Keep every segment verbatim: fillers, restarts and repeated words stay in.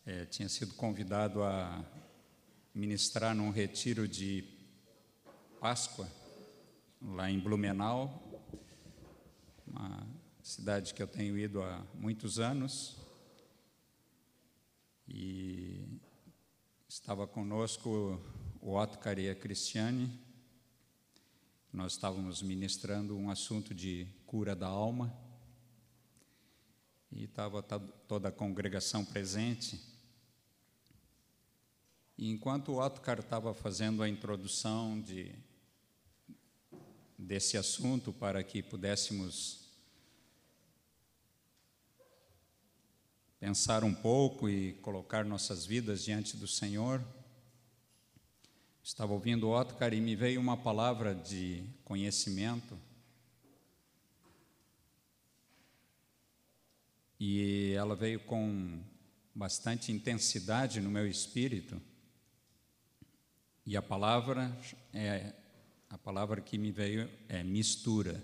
é, tinha sido convidado a ministrar num retiro de Páscoa, lá em Blumenau, uma cidade que eu tenho ido há muitos anos, e estava conosco o Otto Caria Cristiani. Nós estávamos ministrando um assunto de cura da alma, e estava toda a congregação presente. E enquanto o Otto estava fazendo a introdução de, desse assunto, para que pudéssemos pensar um pouco e colocar nossas vidas diante do Senhor, estava ouvindo o Otto e me veio uma palavra de conhecimento, e ela veio com bastante intensidade no meu espírito. E a palavra é a palavra que me veio é mistura.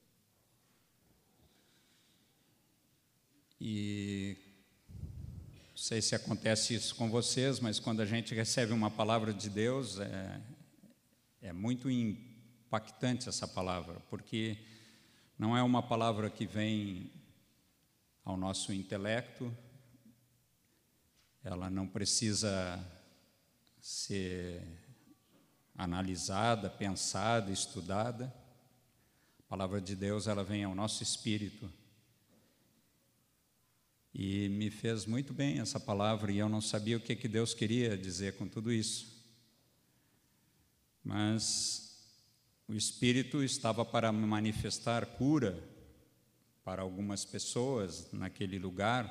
E não sei se acontece isso com vocês, mas quando a gente recebe uma palavra de Deus, é, é muito impactante essa palavra, porque não é uma palavra que vem ao nosso intelecto, ela não precisa ser analisada, pensada, estudada. A palavra de Deus, ela vem ao nosso espírito. E me fez muito bem essa palavra, e eu não sabia o que, que Deus queria dizer com tudo isso. Mas o Espírito estava para manifestar cura para algumas pessoas naquele lugar,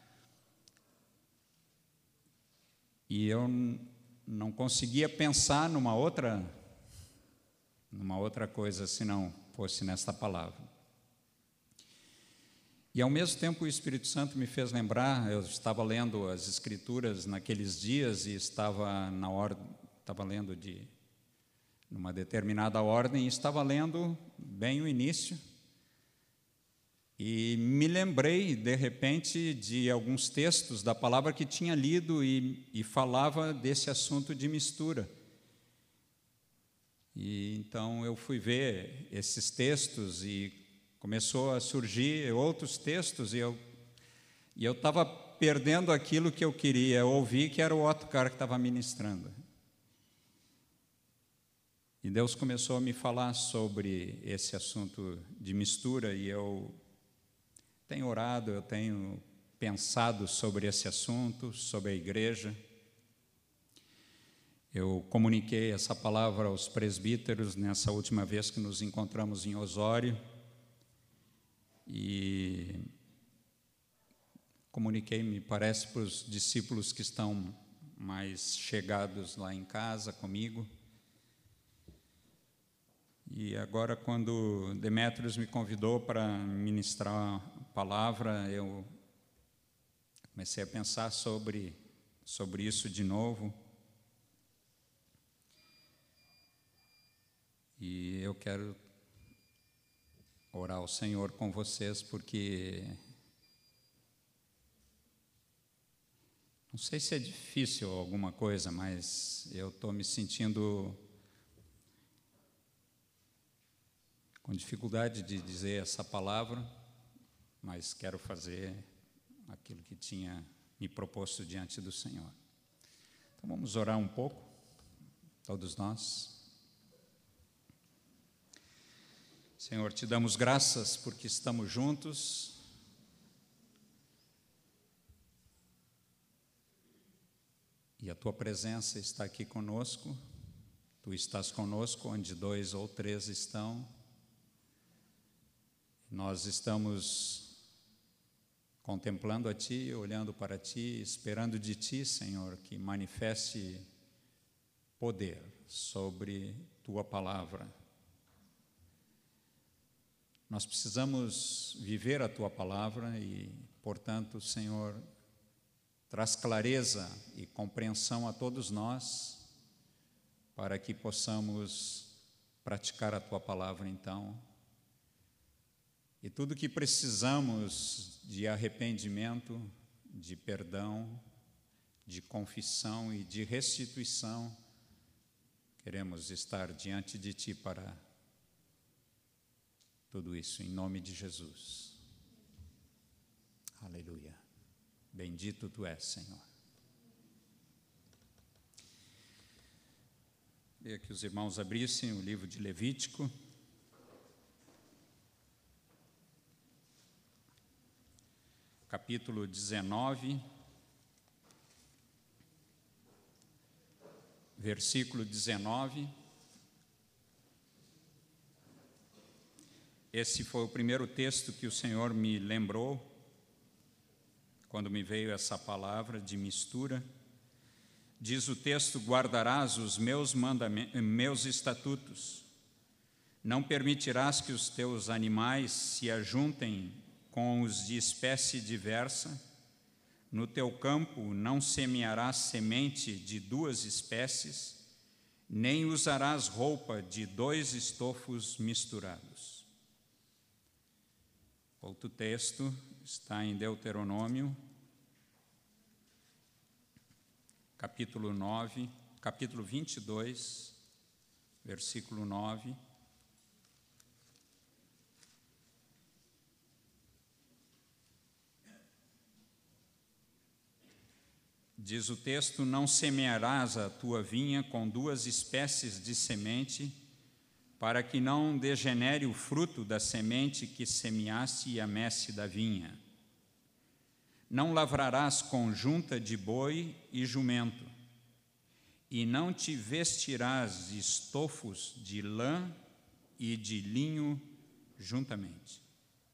e eu não conseguia pensar numa outra, numa outra coisa se não fosse nesta palavra. E ao mesmo tempo o Espírito Santo me fez lembrar, eu estava lendo as Escrituras naqueles dias e estava na ordem, estava lendo de numa determinada ordem, e estava lendo bem o início, e me lembrei, de repente, de alguns textos da palavra que tinha lido e, e falava desse assunto de mistura. E então eu fui ver esses textos e começou a surgir outros textos, e eu e eu estava perdendo aquilo que eu queria ouvir, que era o outro cara que estava ministrando. E Deus começou a me falar sobre esse assunto de mistura, e eu tenho orado, eu tenho pensado sobre esse assunto, sobre a igreja. Eu comuniquei essa palavra aos presbíteros nessa última vez que nos encontramos em Osório, e comuniquei, me parece, para os discípulos que estão mais chegados lá em casa comigo. E agora, quando Demétrios me convidou para ministrar a palavra, eu comecei a pensar sobre, sobre isso de novo. E eu quero orar ao Senhor com vocês, porque não sei se é difícil alguma coisa, mas eu estou me sentindo com dificuldade de dizer essa palavra, mas quero fazer aquilo que tinha me proposto diante do Senhor. Então vamos orar um pouco, todos nós. Senhor, te damos graças porque estamos juntos. E a tua presença está aqui conosco. Tu estás conosco onde dois ou três estão. Nós estamos contemplando a Ti, olhando para Ti, esperando de Ti, Senhor, que manifeste poder sobre Tua palavra. Nós precisamos viver a Tua palavra e, portanto, Senhor, traz clareza e compreensão a todos nós, para que possamos praticar a Tua palavra, então. E tudo que precisamos de arrependimento, de perdão, de confissão e de restituição, queremos estar diante de Ti para tudo isso, em nome de Jesus. Aleluia. Bendito Tu és, Senhor. Queria que os irmãos abrissem o livro de Levítico. Capítulo dezenove, versículo dezenove. Esse foi o primeiro texto que o Senhor me lembrou, quando me veio essa palavra de mistura. Diz o texto: guardarás os meus mandamentos, meus estatutos, não permitirás que os teus animais se ajuntem com os de espécie diversa, no teu campo não semearás semente de duas espécies, nem usarás roupa de dois estofos misturados. Outro texto está em Deuteronômio, capítulo nove, capítulo vinte e dois, versículo nove. Diz o texto: não semearás a tua vinha com duas espécies de semente, para que não degenere o fruto da semente que semeaste e a messe da vinha. Não lavrarás conjunta de boi e jumento, e não te vestirás de estofos de lã e de linho juntamente.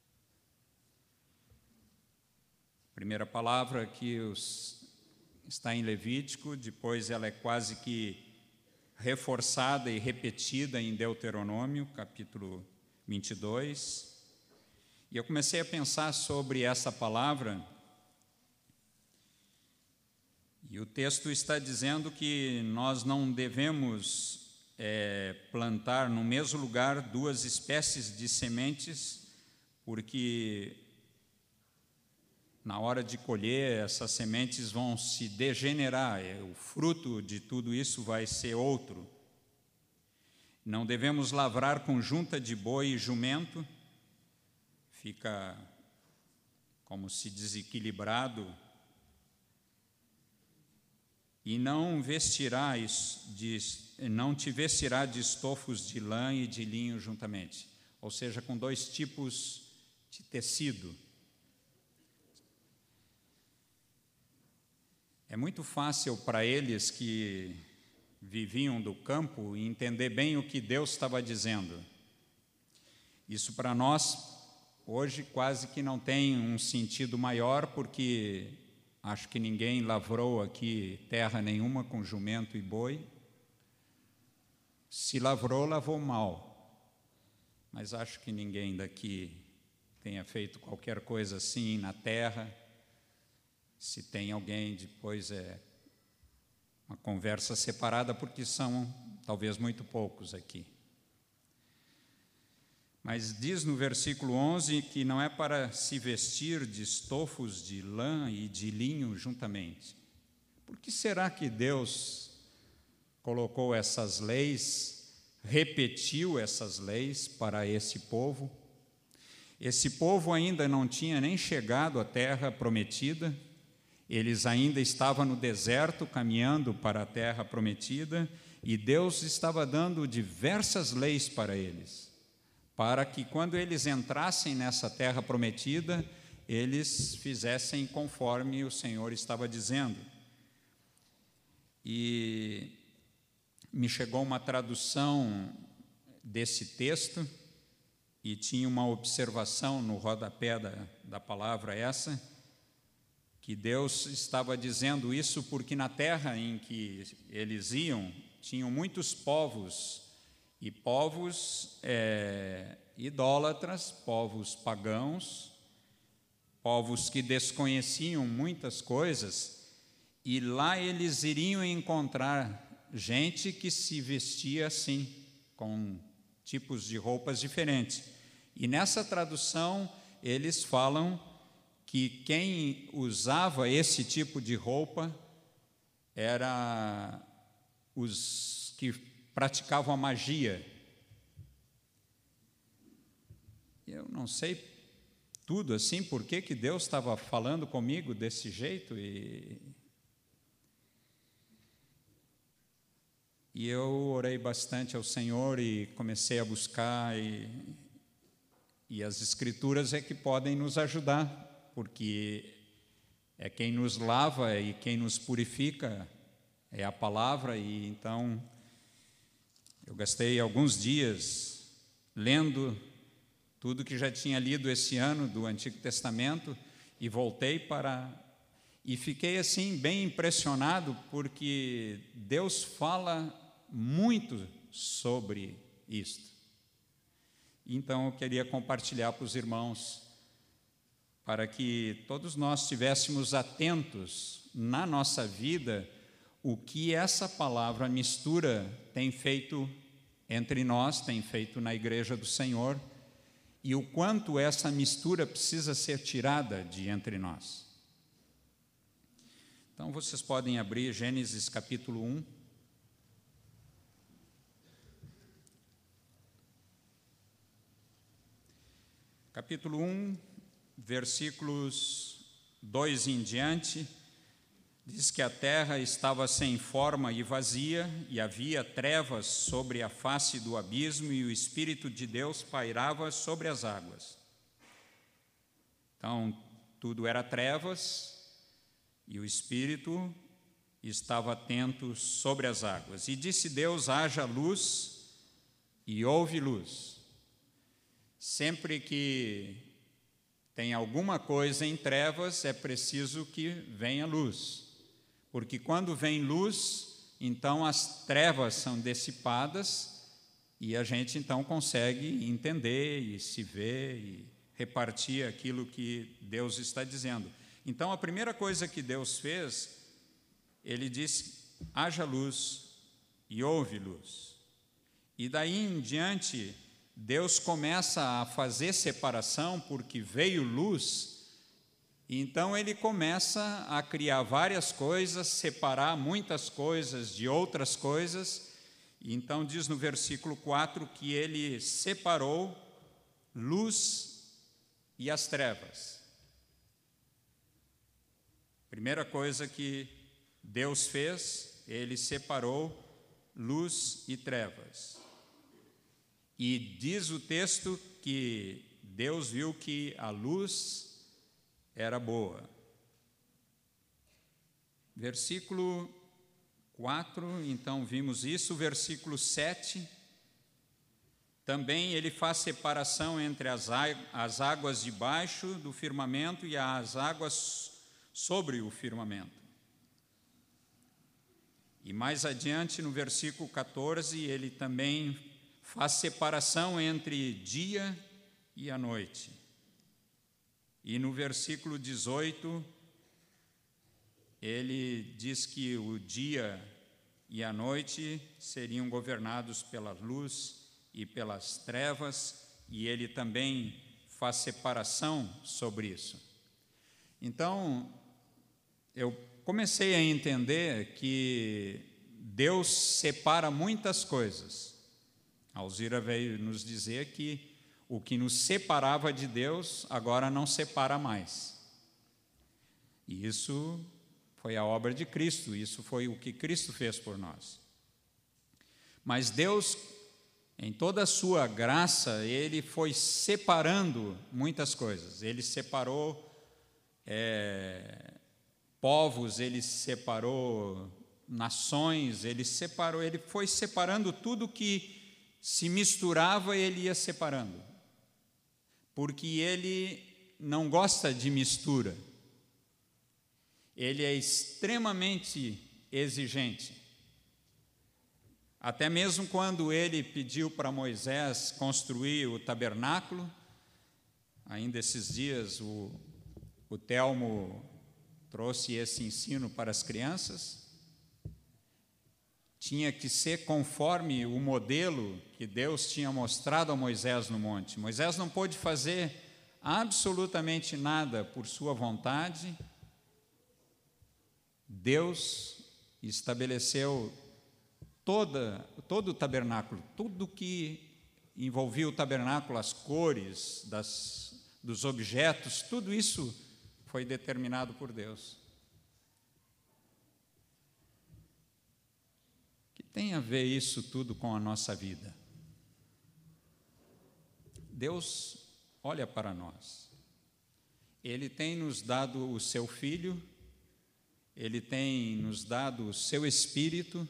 Primeira palavra que os está em Levítico, depois ela é quase que reforçada e repetida em Deuteronômio, capítulo vinte e dois. E eu comecei a pensar sobre essa palavra, e o texto está dizendo que nós não devemos é, plantar no mesmo lugar duas espécies de sementes, porque na hora de colher, essas sementes vão se degenerar, o fruto de tudo isso vai ser outro. Não devemos lavrar conjunta de boi e jumento, fica como se desequilibrado. E não vestirá de, não te vestirá de estofos de lã e de linho juntamente, ou seja, com dois tipos de tecido. É muito fácil para eles que viviam do campo entender bem o que Deus estava dizendo. Isso para nós, hoje, quase que não tem um sentido maior, porque acho que ninguém lavrou aqui terra nenhuma com jumento e boi. Se lavrou, lavou mal. Mas acho que ninguém daqui tenha feito qualquer coisa assim na terra. Se tem alguém, depois é uma conversa separada, porque são talvez muito poucos aqui. Mas diz no versículo onze que não é para se vestir de estofos de lã e de linho juntamente. Por que será que Deus colocou essas leis, repetiu essas leis para esse povo? Esse povo ainda não tinha nem chegado à terra prometida. Eles ainda estavam no deserto, caminhando para a terra prometida, e Deus estava dando diversas leis para eles, para que quando eles entrassem nessa terra prometida, eles fizessem conforme o Senhor estava dizendo. E me chegou uma tradução desse texto, e tinha uma observação no rodapé da, da palavra essa, que Deus estava dizendo isso porque na terra em que eles iam, tinham muitos povos, e povos é, idólatras, povos pagãos, povos que desconheciam muitas coisas, e lá eles iriam encontrar gente que se vestia assim, com tipos de roupas diferentes. E nessa tradução eles falam que quem usava esse tipo de roupa era os que praticavam a magia. Eu não sei tudo assim, por que que Deus estava falando comigo desse jeito, e, e eu orei bastante ao Senhor e comecei a buscar, e, e as Escrituras é que podem nos ajudar, porque é quem nos lava e quem nos purifica, é a palavra. E então eu gastei alguns dias lendo tudo que já tinha lido esse ano do Antigo Testamento, e voltei para... E fiquei assim bem impressionado, porque Deus fala muito sobre isto. Então eu queria compartilhar para os irmãos, para que todos nós estivéssemos atentos na nossa vida, o que essa palavra mistura tem feito entre nós, tem feito na igreja do Senhor, e o quanto essa mistura precisa ser tirada de entre nós. Então, vocês podem abrir Gênesis capítulo um. Capítulo um, versículos dois em diante, diz que a terra estava sem forma e vazia, e havia trevas sobre a face do abismo, e o Espírito de Deus pairava sobre as águas. Então, tudo era trevas, e o Espírito estava atento sobre as águas. E disse Deus: haja luz, e houve luz. Sempre que tem alguma coisa em trevas, é preciso que venha luz. Porque quando vem luz, então as trevas são dissipadas, e a gente então consegue entender e se ver e repartir aquilo que Deus está dizendo. Então, a primeira coisa que Deus fez, Ele disse: haja luz, e houve luz. E daí em diante, Deus começa a fazer separação, porque veio luz. Então ele começa a criar várias coisas, separar muitas coisas de outras coisas. Então diz no versículo quatro que ele separou luz e as trevas. Primeira coisa que Deus fez, ele separou luz e trevas. E diz o texto que Deus viu que a luz era boa. Versículo quatro, então vimos isso. Versículo sete, também ele faz separação entre as, as águas debaixo do firmamento e as águas sobre o firmamento. E mais adiante, no versículo quatorze, ele também faz separação entre dia e a noite. E no versículo dezoito, ele diz que o dia e a noite seriam governados pela luz e pelas trevas, e ele também faz separação sobre isso. Então, eu comecei a entender que Deus separa muitas coisas. A Alzira veio nos dizer que o que nos separava de Deus, agora não separa mais. E isso foi a obra de Cristo, isso foi o que Cristo fez por nós. Mas Deus, em toda a sua graça, Ele foi separando muitas coisas. Ele separou é, povos, Ele separou nações, Ele separou, Ele foi separando tudo que se misturava, Ele ia separando. Porque Ele não gosta de mistura. Ele é extremamente exigente. Até mesmo quando ele pediu para Moisés construir o tabernáculo, ainda esses dias o, o Telmo trouxe esse ensino para as crianças, tinha que ser conforme o modelo que Deus tinha mostrado a Moisés no monte. Moisés não pôde fazer absolutamente nada por sua vontade. Deus e estabeleceu toda, todo o tabernáculo, tudo que envolvia o tabernáculo, as cores das, dos objetos, tudo isso foi determinado por Deus. O que tem a ver isso tudo com a nossa vida? Deus olha para nós. Ele tem nos dado o seu Filho, Ele tem nos dado o seu Espírito,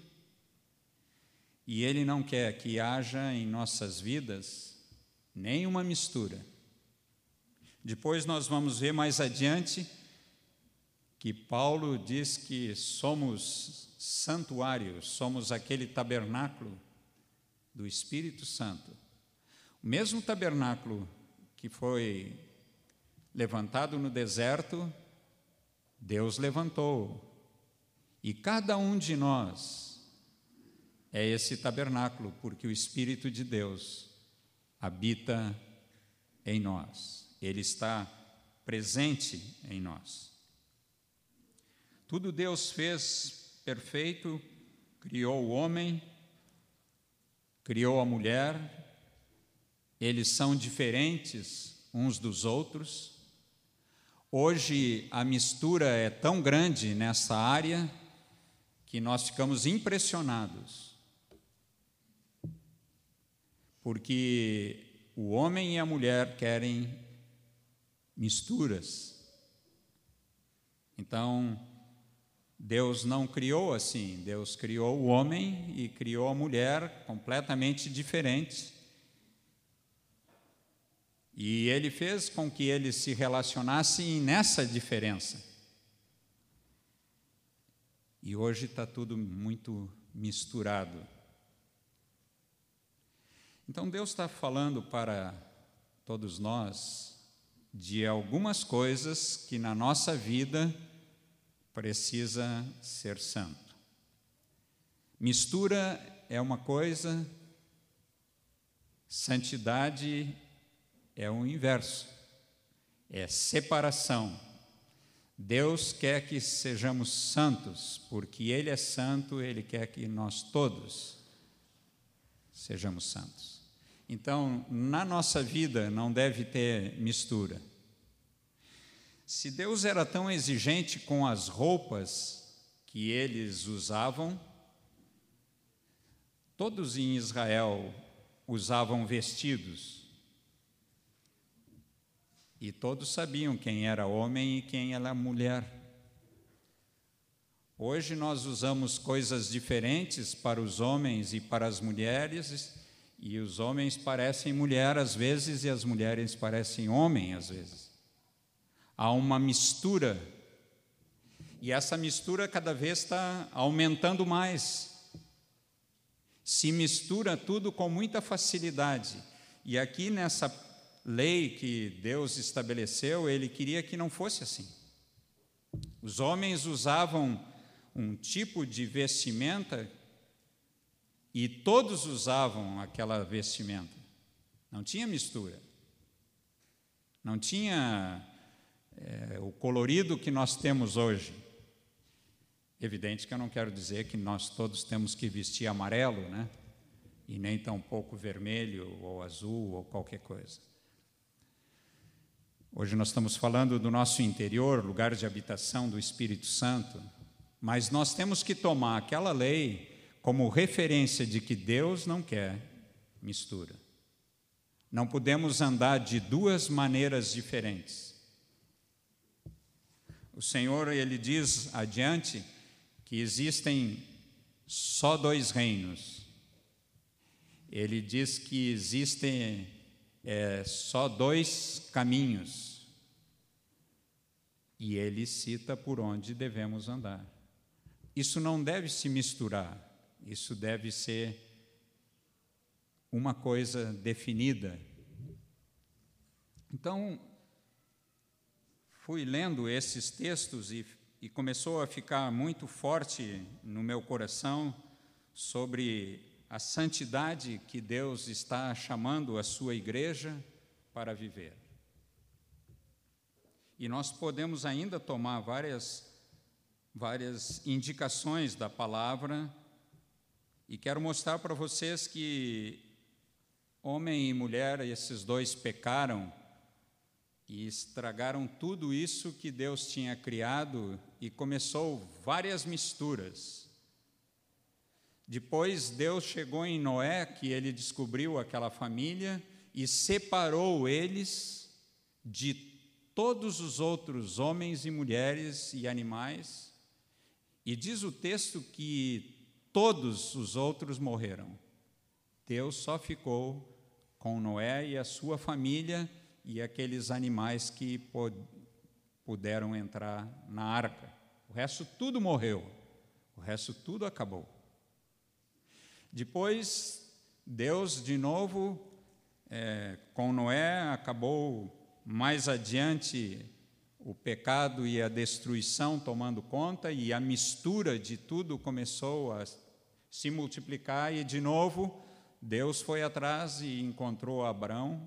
e Ele não quer que haja em nossas vidas nenhuma mistura. Depois nós vamos ver mais adiante que Paulo diz que somos santuário, somos aquele tabernáculo do Espírito Santo. O mesmo tabernáculo que foi levantado no deserto, Deus levantou. E cada um de nós é esse tabernáculo, porque o Espírito de Deus habita em nós. Ele está presente em nós. Tudo Deus fez perfeito, criou o homem, criou a mulher. Eles são diferentes uns dos outros. Hoje a mistura é tão grande nessa área que nós ficamos impressionados, porque o homem e a mulher querem misturas. Então, Deus não criou assim, Deus criou o homem e criou a mulher completamente diferente. E Ele fez com que eles se relacionassem nessa diferença. E hoje está tudo muito misturado. Então Deus está falando para todos nós de algumas coisas que na nossa vida precisa ser santo. Mistura é uma coisa, santidade é o inverso, é separação. Deus quer que sejamos santos, porque Ele é santo, Ele quer que nós todos sejamos santos. Então, na nossa vida não deve ter mistura. Se Deus era tão exigente com as roupas que eles usavam, todos em Israel usavam vestidos, e todos sabiam quem era homem e quem era mulher. Hoje nós usamos coisas diferentes para os homens e para as mulheres, e os homens parecem mulher às vezes e as mulheres parecem homem às vezes. Há uma mistura, e essa mistura cada vez está aumentando mais. Se mistura tudo com muita facilidade, e aqui nessa lei que Deus estabeleceu, Ele queria que não fosse assim. Os homens usavam um tipo de vestimenta e todos usavam aquela vestimenta. Não tinha mistura. Não tinha é, o colorido que nós temos hoje. Evidente que eu não quero dizer que nós todos temos que vestir amarelo, né? E nem tampouco vermelho ou azul ou qualquer coisa. Hoje nós estamos falando do nosso interior, lugar de habitação do Espírito Santo, mas nós temos que tomar aquela lei como referência de que Deus não quer mistura. Não podemos andar de duas maneiras diferentes. O Senhor, Ele diz adiante que existem só dois reinos. Ele diz que existem É, só dois caminhos, e Ele cita por onde devemos andar. Isso não deve se misturar, isso deve ser uma coisa definida. Então, fui lendo esses textos e, e começou a ficar muito forte no meu coração sobre a santidade que Deus está chamando a sua igreja para viver. E nós podemos ainda tomar várias, várias indicações da palavra e quero mostrar para vocês que homem e mulher, esses dois pecaram e estragaram tudo isso que Deus tinha criado e começou várias misturas. Depois Deus chegou em Noé, que ele descobriu aquela família e separou eles de todos os outros homens e mulheres e animais. E diz o texto que todos os outros morreram. Deus só ficou com Noé e a sua família e aqueles animais que puderam entrar na arca. O resto tudo morreu, o resto tudo acabou. Depois, Deus, de novo, é, com Noé, acabou mais adiante o pecado e a destruição tomando conta, e a mistura de tudo começou a se multiplicar, e de novo, Deus foi atrás e encontrou Abrão,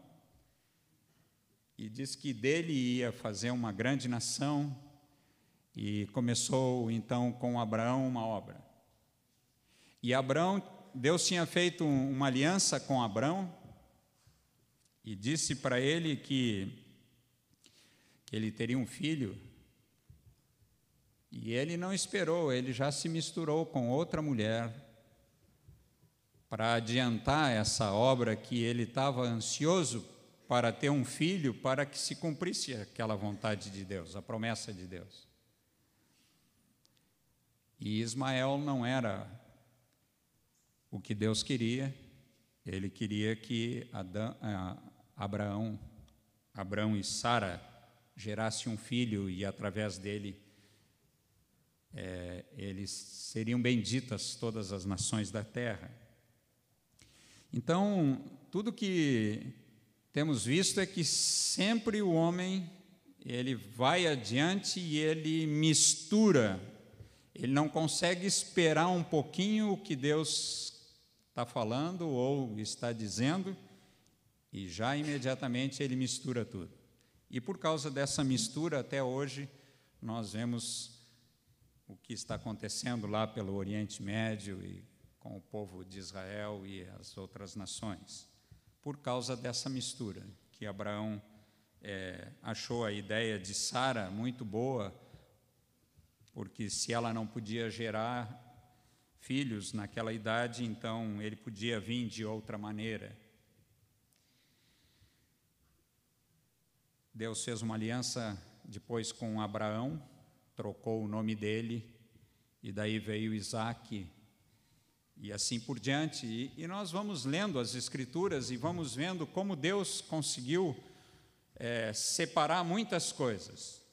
e disse que dele ia fazer uma grande nação, e começou então com Abraão uma obra. E Abrão, Deus tinha feito uma aliança com Abrão, e disse para ele que que ele teria um filho, e ele não esperou, ele já se misturou com outra mulher para adiantar essa obra que ele estava ansioso para ter um filho, para que se cumprisse aquela vontade de Deus, a promessa de Deus. E Ismael não era o que Deus queria, ele queria que Adão, Abraão, Abraão e Sara gerasse um filho e através dele é, eles seriam benditas todas as nações da terra. Então, tudo que temos visto é que sempre o homem, ele vai adiante e ele mistura, ele não consegue esperar um pouquinho o que Deus está falando ou está dizendo, e já imediatamente ele mistura tudo. E por causa dessa mistura, até hoje, nós vemos o que está acontecendo lá pelo Oriente Médio e com o povo de Israel e as outras nações. Por causa dessa mistura, que Abraão é, achou a ideia de Sara muito boa, porque se ela não podia gerar filhos naquela idade, então ele podia vir de outra maneira. Deus fez uma aliança depois com Abraão, trocou o nome dele, e daí veio Isaque, e assim por diante. E, e nós vamos lendo as Escrituras e vamos vendo como Deus conseguiu é, separar muitas coisas.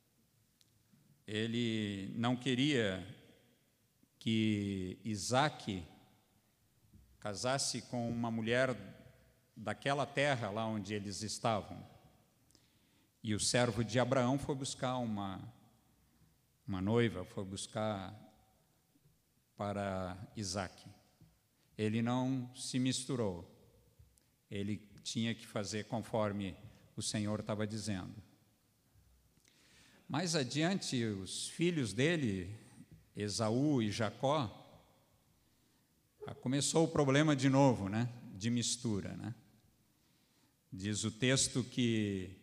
Ele não queria que Isaque casasse com uma mulher daquela terra lá onde eles estavam. E o servo de Abraão foi buscar uma, uma noiva, foi buscar para Isaque. Ele não se misturou, ele tinha que fazer conforme o Senhor estava dizendo. Mais adiante, os filhos dele, Esaú e Jacó, começou o problema de novo, né? De mistura, né? Diz o texto que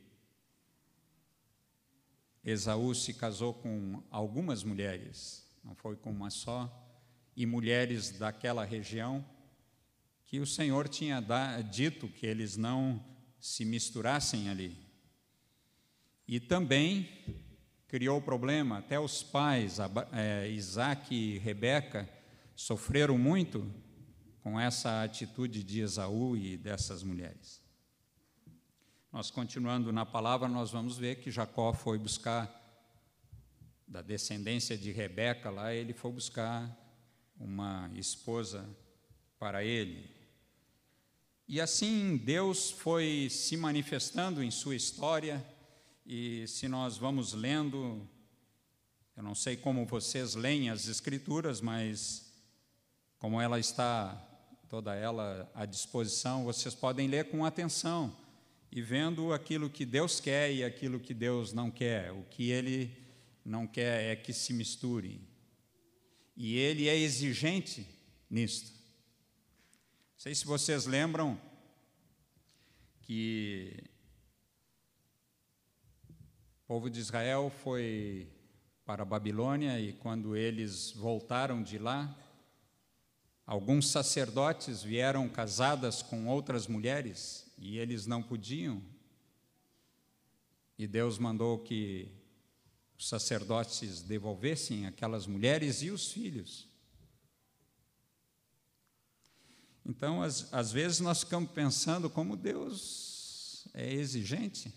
Esaú se casou com algumas mulheres, não foi com uma só, e mulheres daquela região, que o Senhor tinha dito que eles não se misturassem ali. E também criou problema, até os pais, é, Isaque e Rebeca, sofreram muito com essa atitude de Esaú e dessas mulheres. Nós, continuando na palavra, nós vamos ver que Jacó foi buscar, da descendência de Rebeca lá, ele foi buscar uma esposa para ele. E assim Deus foi se manifestando em sua história, e se nós vamos lendo, eu não sei como vocês leem as Escrituras, mas como ela está, toda ela à disposição, vocês podem ler com atenção, e vendo aquilo que Deus quer e aquilo que Deus não quer, o que Ele não quer é que se misture. E ele é exigente nisto. Não sei se vocês lembram que o povo de Israel foi para a Babilônia e quando eles voltaram de lá, alguns sacerdotes vieram casadas com outras mulheres e eles não podiam. E Deus mandou que os sacerdotes devolvessem aquelas mulheres e os filhos. Então, às, às vezes, nós ficamos pensando como Deus é exigente.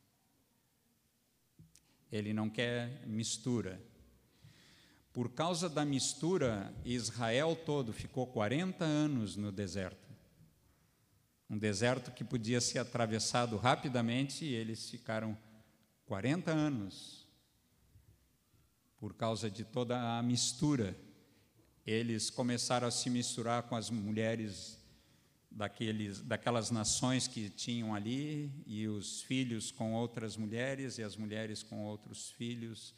Ele não quer mistura. Por causa da mistura, Israel todo ficou quarenta anos no deserto. Um deserto que podia ser atravessado rapidamente e eles ficaram quarenta anos. Por causa de toda a mistura, eles começaram a se misturar com as mulheres daqueles, daquelas nações que tinham ali, e os filhos com outras mulheres, e as mulheres com outros filhos.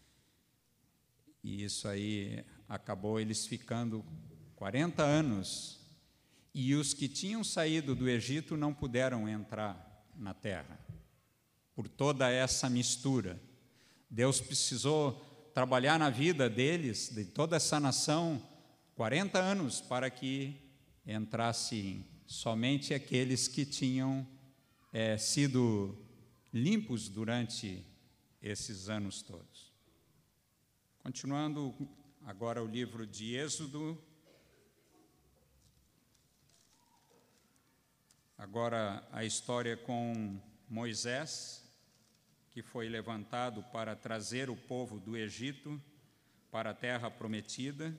E isso aí acabou eles ficando quarenta anos. E os que tinham saído do Egito não puderam entrar na terra, por toda essa mistura. Deus precisou trabalhar na vida deles, de toda essa nação, quarenta anos, para que entrassem somente aqueles que tinham é, sido limpos durante esses anos todos. Continuando agora o livro de Êxodo, agora a história com Moisés, que foi levantado para trazer o povo do Egito para a terra prometida.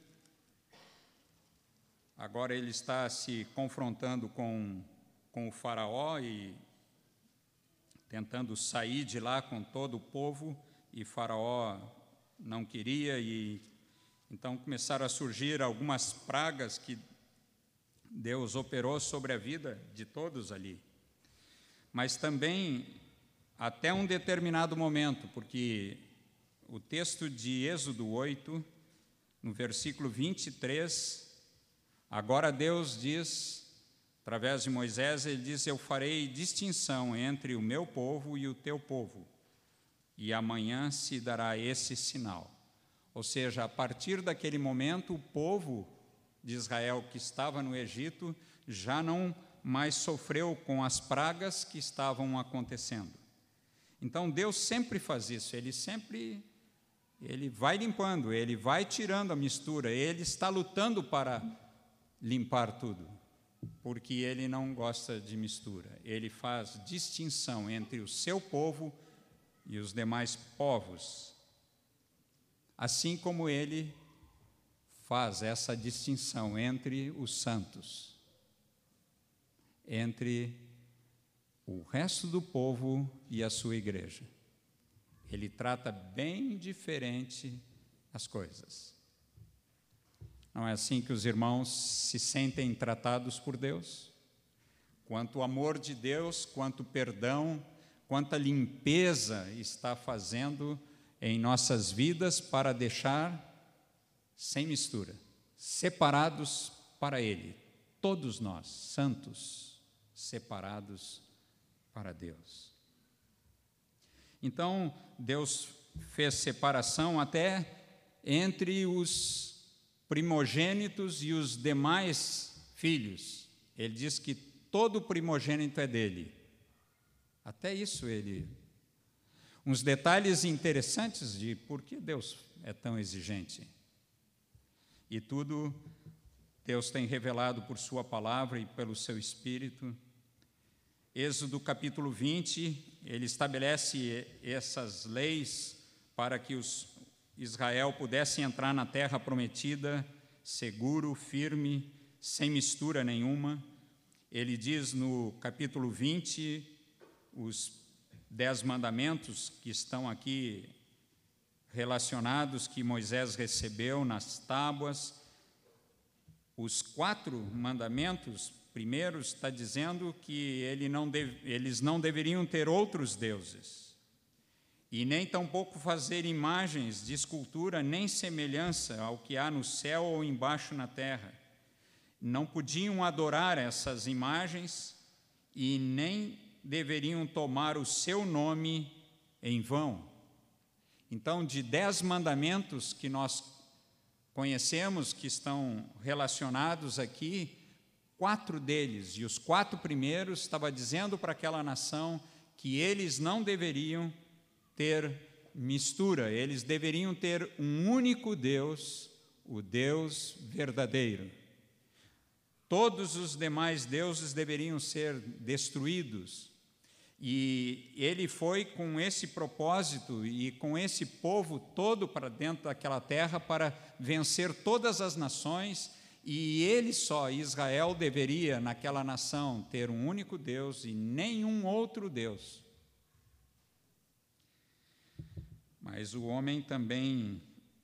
Agora ele está se confrontando com, com o faraó e tentando sair de lá com todo o povo, e faraó não queria, e então começaram a surgir algumas pragas que Deus operou sobre a vida de todos ali. Mas também até um determinado momento, porque o texto de Êxodo oito, no versículo vinte e três, agora Deus diz, através de Moisés, ele diz: eu farei distinção entre o meu povo e o teu povo, e amanhã se dará esse sinal. Ou seja, a partir daquele momento, o povo de Israel que estava no Egito já não mais sofreu com as pragas que estavam acontecendo. Então, Deus sempre faz isso, Ele sempre, Ele vai limpando, Ele vai tirando a mistura, Ele está lutando para limpar tudo, porque Ele não gosta de mistura. Ele faz distinção entre o seu povo e os demais povos, assim como Ele faz essa distinção entre os santos, entre o resto do povo e a sua igreja. Ele trata bem diferente as coisas. Não é assim que os irmãos se sentem tratados por Deus? Quanto amor de Deus, quanto perdão, quanta limpeza está fazendo em nossas vidas para deixar sem mistura, separados para Ele, todos nós, santos, separados para Deus. Então, Deus fez separação até entre os primogênitos e os demais filhos. Ele diz que todo primogênito é dele. Até isso ele... Uns detalhes interessantes de por que Deus é tão exigente. E tudo Deus tem revelado por sua palavra e pelo seu Espírito. Êxodo capítulo vinte, ele estabelece essas leis para que os Israel pudesse entrar na terra prometida seguro, firme, sem mistura nenhuma. Ele diz no capítulo vinte, os dez mandamentos que estão aqui relacionados, que Moisés recebeu nas tábuas. Os quatro mandamentos primeiros está dizendo que ele não deve, eles não deveriam ter outros deuses. e nem tampouco fazer imagens de escultura, nem semelhança ao que há no céu ou embaixo na terra. Não podiam adorar essas imagens e nem deveriam tomar o seu nome em vão. Então, de dez mandamentos que nós conhecemos, que estão relacionados aqui, quatro deles, e os quatro primeiros, estava dizendo para aquela nação que eles não deveriam ter mistura, eles deveriam ter um único Deus, o Deus verdadeiro. Todos os demais deuses deveriam ser destruídos. E ele foi com esse propósito e com esse povo todo para dentro daquela terra para vencer todas as nações, e ele só, Israel, deveria naquela nação ter um único Deus e nenhum outro Deus. Mas o homem também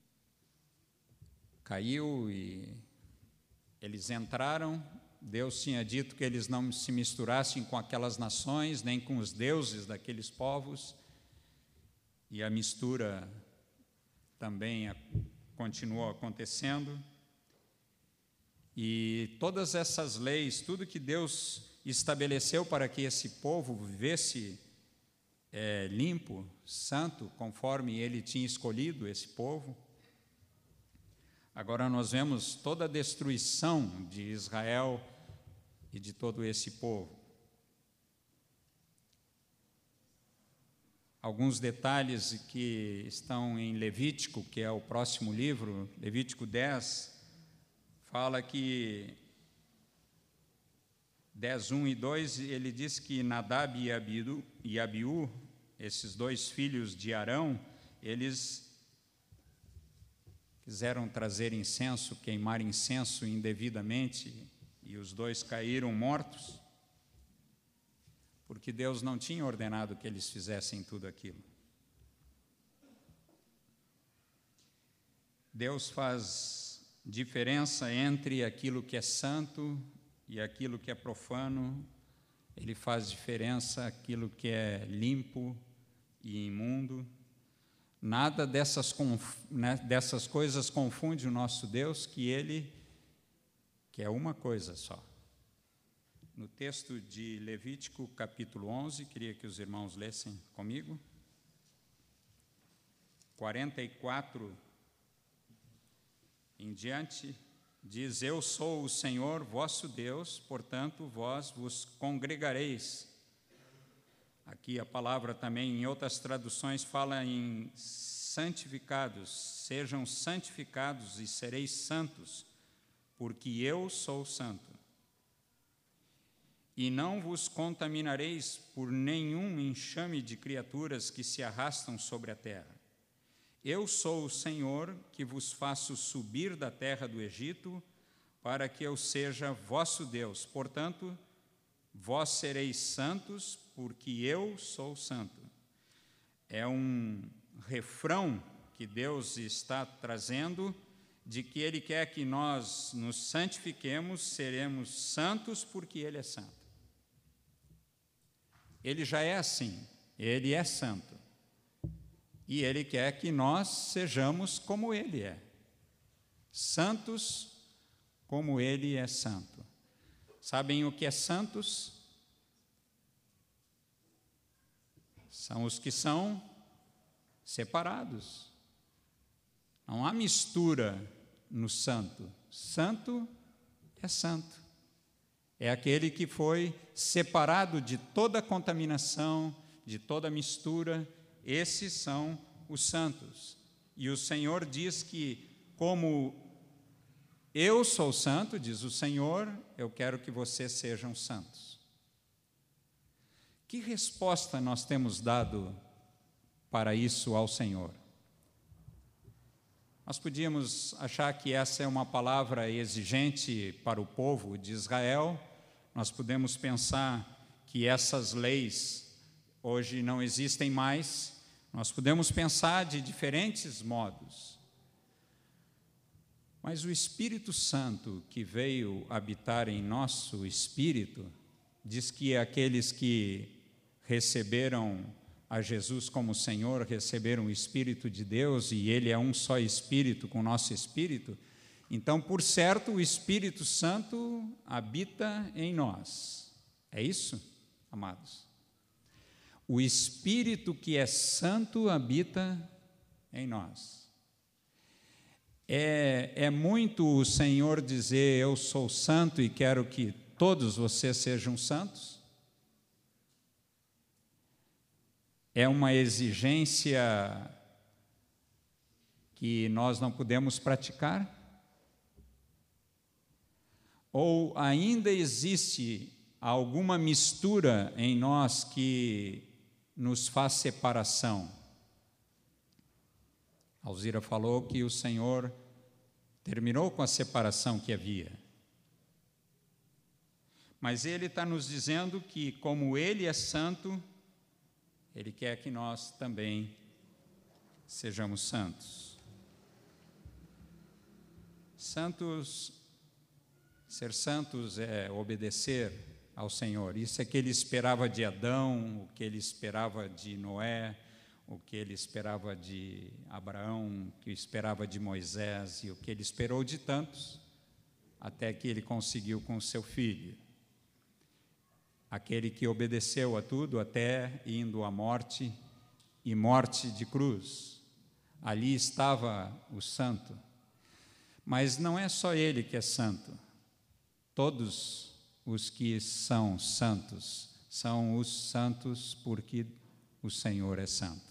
caiu e eles entraram. Deus tinha dito que eles não se misturassem com aquelas nações, nem com os deuses daqueles povos, e a mistura também continuou acontecendo. E todas essas leis, tudo que Deus estabeleceu para que esse povo vivesse é, limpo, santo, conforme Ele tinha escolhido esse povo. Agora nós vemos toda a destruição de Israel e de todo esse povo. Alguns detalhes que estão em Levítico, que é o próximo livro, Levítico dez, fala que dez, um e dois, ele diz que Nadab e Abiú, e Abiú, esses dois filhos de Arão, eles quiseram trazer incenso, queimar incenso indevidamente, e os dois caíram mortos, porque Deus não tinha ordenado que eles fizessem tudo aquilo. Deus faz diferença entre aquilo que é santo e aquilo que é profano. Ele faz diferença aquilo que é limpo e imundo. Nada dessas, né, dessas coisas confunde o nosso Deus, que Ele que é uma coisa só. No texto de Levítico, capítulo onze, queria que os irmãos lessem comigo. quarenta e quatro em diante, diz: Eu sou o Senhor vosso Deus, portanto vós vos congregareis. Aqui a palavra também, em outras traduções, fala em santificados. Sejam santificados e sereis santos, porque eu sou santo. E não vos contaminareis por nenhum enxame de criaturas que se arrastam sobre a terra. Eu sou o Senhor, que vos faço subir da terra do Egito, para que eu seja vosso Deus. Portanto, vós sereis santos, porque eu sou santo. É um refrão que Deus está trazendo, de que Ele quer que nós nos santifiquemos, seremos santos porque Ele é santo. Ele já é assim, Ele é santo. E Ele quer que nós sejamos como Ele é, santos como Ele é santo. Sabem o que é santos? São os que são separados. Não há mistura no santo. Santo é santo. É aquele que foi separado de toda contaminação, de toda mistura. Esses são os santos. E o Senhor diz que, como eu sou santo, diz o Senhor, eu quero que vocês sejam santos. Que resposta nós temos dado para isso ao Senhor? Nós podíamos achar que essa é uma palavra exigente para o povo de Israel. Nós podemos pensar que essas leis hoje não existem mais. Nós podemos pensar de diferentes modos. Mas o Espírito Santo que veio habitar em nosso espírito diz que aqueles que receberam a Jesus como Senhor, receberam o Espírito de Deus, e Ele é um só Espírito com o nosso Espírito, então, por certo, o Espírito Santo habita em nós. É isso, amados? O Espírito que é santo habita em nós. É, é muito o Senhor dizer, eu sou santo e quero que todos vocês sejam santos? É uma exigência que nós não podemos praticar? Ou ainda existe alguma mistura em nós que nos faz separação? Alzira falou que o Senhor terminou com a separação que havia. Mas Ele está nos dizendo que, como Ele é santo, Ele quer que nós também sejamos santos. Santos, ser santos é obedecer ao Senhor. Isso é que Ele esperava de Adão, o que Ele esperava de Noé, o que Ele esperava de Abraão, o que Ele esperava de Moisés e o que Ele esperou de tantos, até que Ele conseguiu com o seu Filho. Aquele que obedeceu a tudo até indo à morte, e morte de cruz. Ali estava o santo. Mas não é só Ele que é santo. Todos os que são santos são os santos porque o Senhor é santo.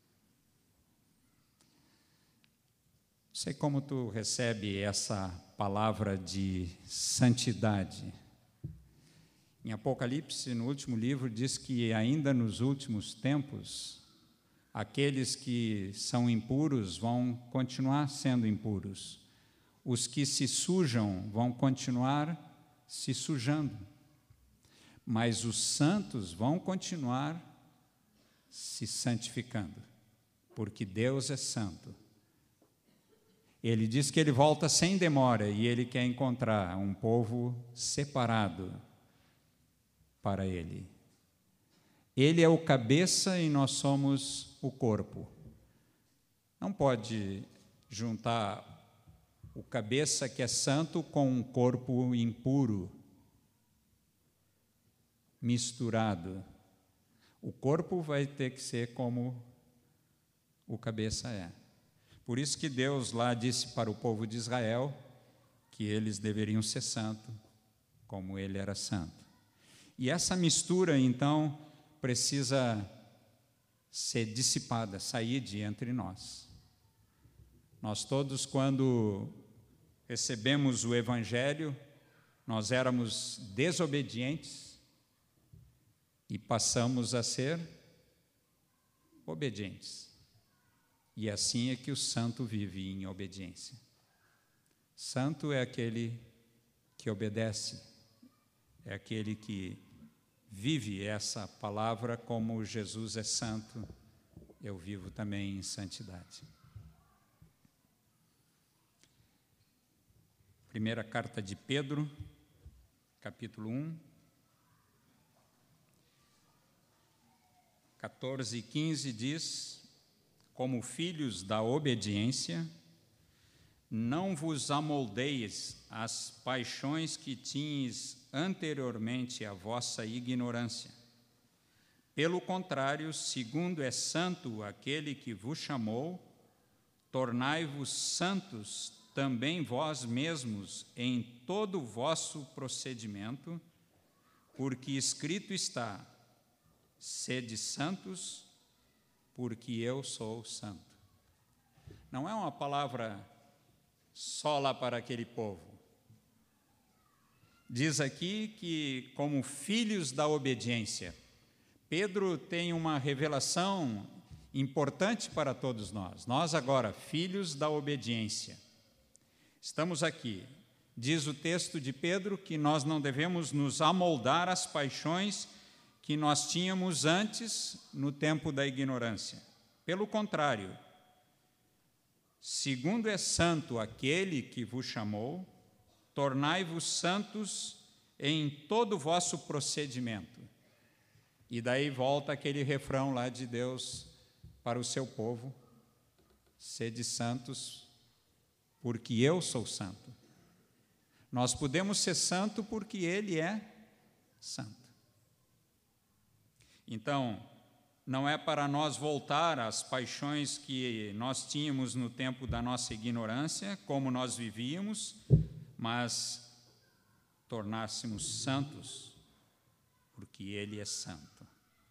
Não sei como tu recebe essa palavra de santidade. Em Apocalipse, no último livro, diz que ainda nos últimos tempos, aqueles que são impuros vão continuar sendo impuros. Os que se sujam vão continuar se sujando. Mas os santos vão continuar se santificando, porque Deus é santo. Ele diz que Ele volta sem demora e Ele quer encontrar um povo separado para Ele. Ele é o cabeça e nós somos o corpo. Não pode juntar o cabeça que é santo com um corpo impuro, misturado. O corpo vai ter que ser como o cabeça é. Por isso que Deus lá disse para o povo de Israel que eles deveriam ser santos, como Ele era santo. E essa mistura, então, precisa ser dissipada, sair de entre nós. Nós todos, quando recebemos o Evangelho, nós éramos desobedientes e passamos a ser obedientes. E assim é que o santo vive em obediência. Santo é aquele que obedece, é aquele que vive essa palavra como Jesus é santo, eu vivo também em santidade. Primeira carta de Pedro, capítulo um, catorze e quinze diz: como filhos da obediência, não vos amoldeis às paixões que tinhas anteriormente à vossa ignorância. Pelo contrário, segundo é santo aquele que vos chamou, tornai-vos santos também vós mesmos em todo o vosso procedimento, porque escrito está: sede santos, porque eu sou santo. Não é uma palavra só lá para aquele povo. Diz aqui que, como filhos da obediência, Pedro tem uma revelação importante para todos nós. Nós agora, filhos da obediência, estamos aqui. Diz o texto de Pedro que nós não devemos nos amoldar às paixões que nós tínhamos antes, no tempo da ignorância. Pelo contrário, segundo é santo aquele que vos chamou, tornai-vos santos em todo o vosso procedimento. E daí volta aquele refrão lá de Deus para o seu povo: sede santos, porque eu sou santo. Nós podemos ser santo porque Ele é santo. Então, não é para nós voltar às paixões que nós tínhamos no tempo da nossa ignorância, como nós vivíamos, mas tornássemos santos, porque Ele é santo.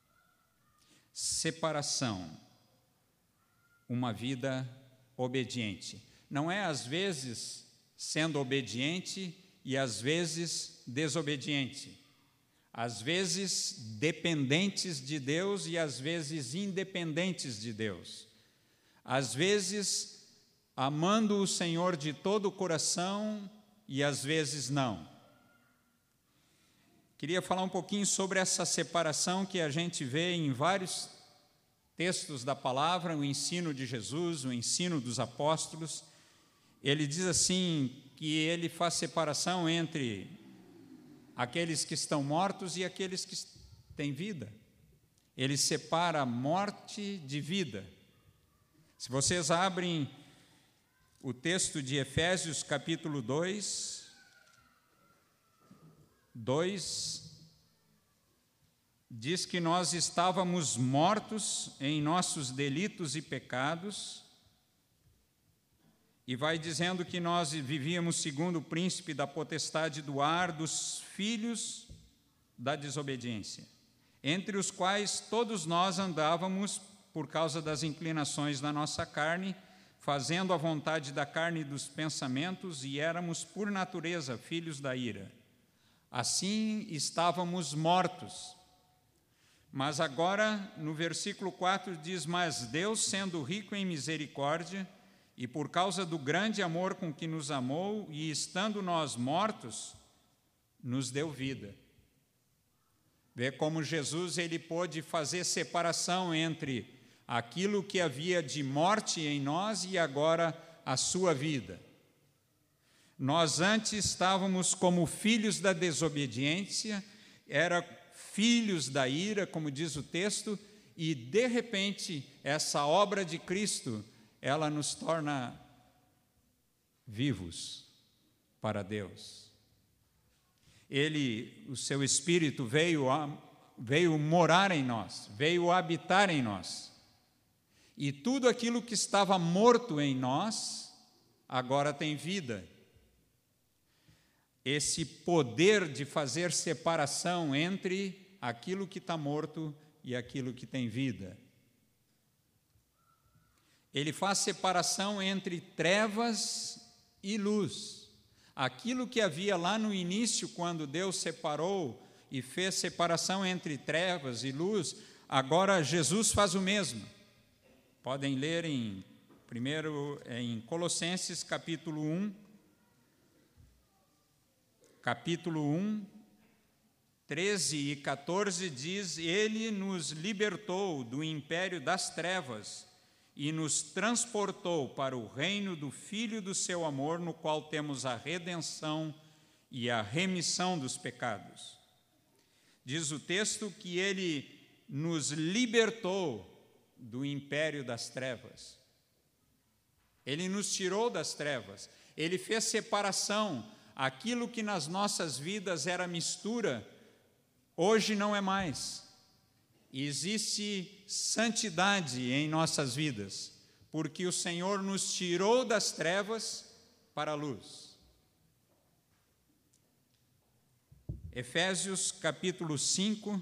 Separação, uma vida obediente. Não é às vezes sendo obediente e às vezes desobediente. Às vezes dependentes de Deus e às vezes independentes de Deus. Às vezes amando o Senhor de todo o coração e às vezes não. Queria falar um pouquinho sobre essa separação que a gente vê em vários textos da palavra, o ensino de Jesus, o ensino dos apóstolos. Ele diz assim que ele faz separação entre aqueles que estão mortos e aqueles que têm vida. Ele separa a morte de vida. Se vocês abrem o texto de Efésios, capítulo dois, dois, diz que nós estávamos mortos em nossos delitos e pecados, e vai dizendo que nós vivíamos segundo o príncipe da potestade do ar, dos filhos da desobediência, entre os quais todos nós andávamos por causa das inclinações da nossa carne, fazendo a vontade da carne e dos pensamentos, e éramos por natureza filhos da ira. Assim estávamos mortos. Mas agora, no versículo quatro, diz: mas Deus, sendo rico em misericórdia, e por causa do grande amor com que nos amou, e estando nós mortos, nos deu vida. Vê como Jesus ele pôde fazer separação entre aquilo que havia de morte em nós e agora a sua vida. Nós antes estávamos como filhos da desobediência, era filhos da ira, como diz o texto, e de repente essa obra de Cristo, ela nos torna vivos para Deus. Ele, o seu Espírito veio, a, veio morar em nós, veio habitar em nós. E tudo aquilo que estava morto em nós, agora tem vida. Esse poder de fazer separação entre aquilo que está morto e aquilo que tem vida. Ele faz separação entre trevas e luz. Aquilo que havia lá no início, quando Deus separou e fez separação entre trevas e luz, agora Jesus faz o mesmo. Podem ler em, primeiro, em Colossenses capítulo um, capítulo um, treze e quatorze diz: Ele nos libertou do império das trevas e nos transportou para o reino do Filho do seu amor, no qual temos a redenção e a remissão dos pecados. Diz o texto que Ele nos libertou do império das trevas. Ele nos tirou das trevas. Ele fez separação. Aquilo que nas nossas vidas era mistura, hoje não é mais. Existe santidade em nossas vidas, porque o Senhor nos tirou das trevas para a luz. Efésios capítulo cinco,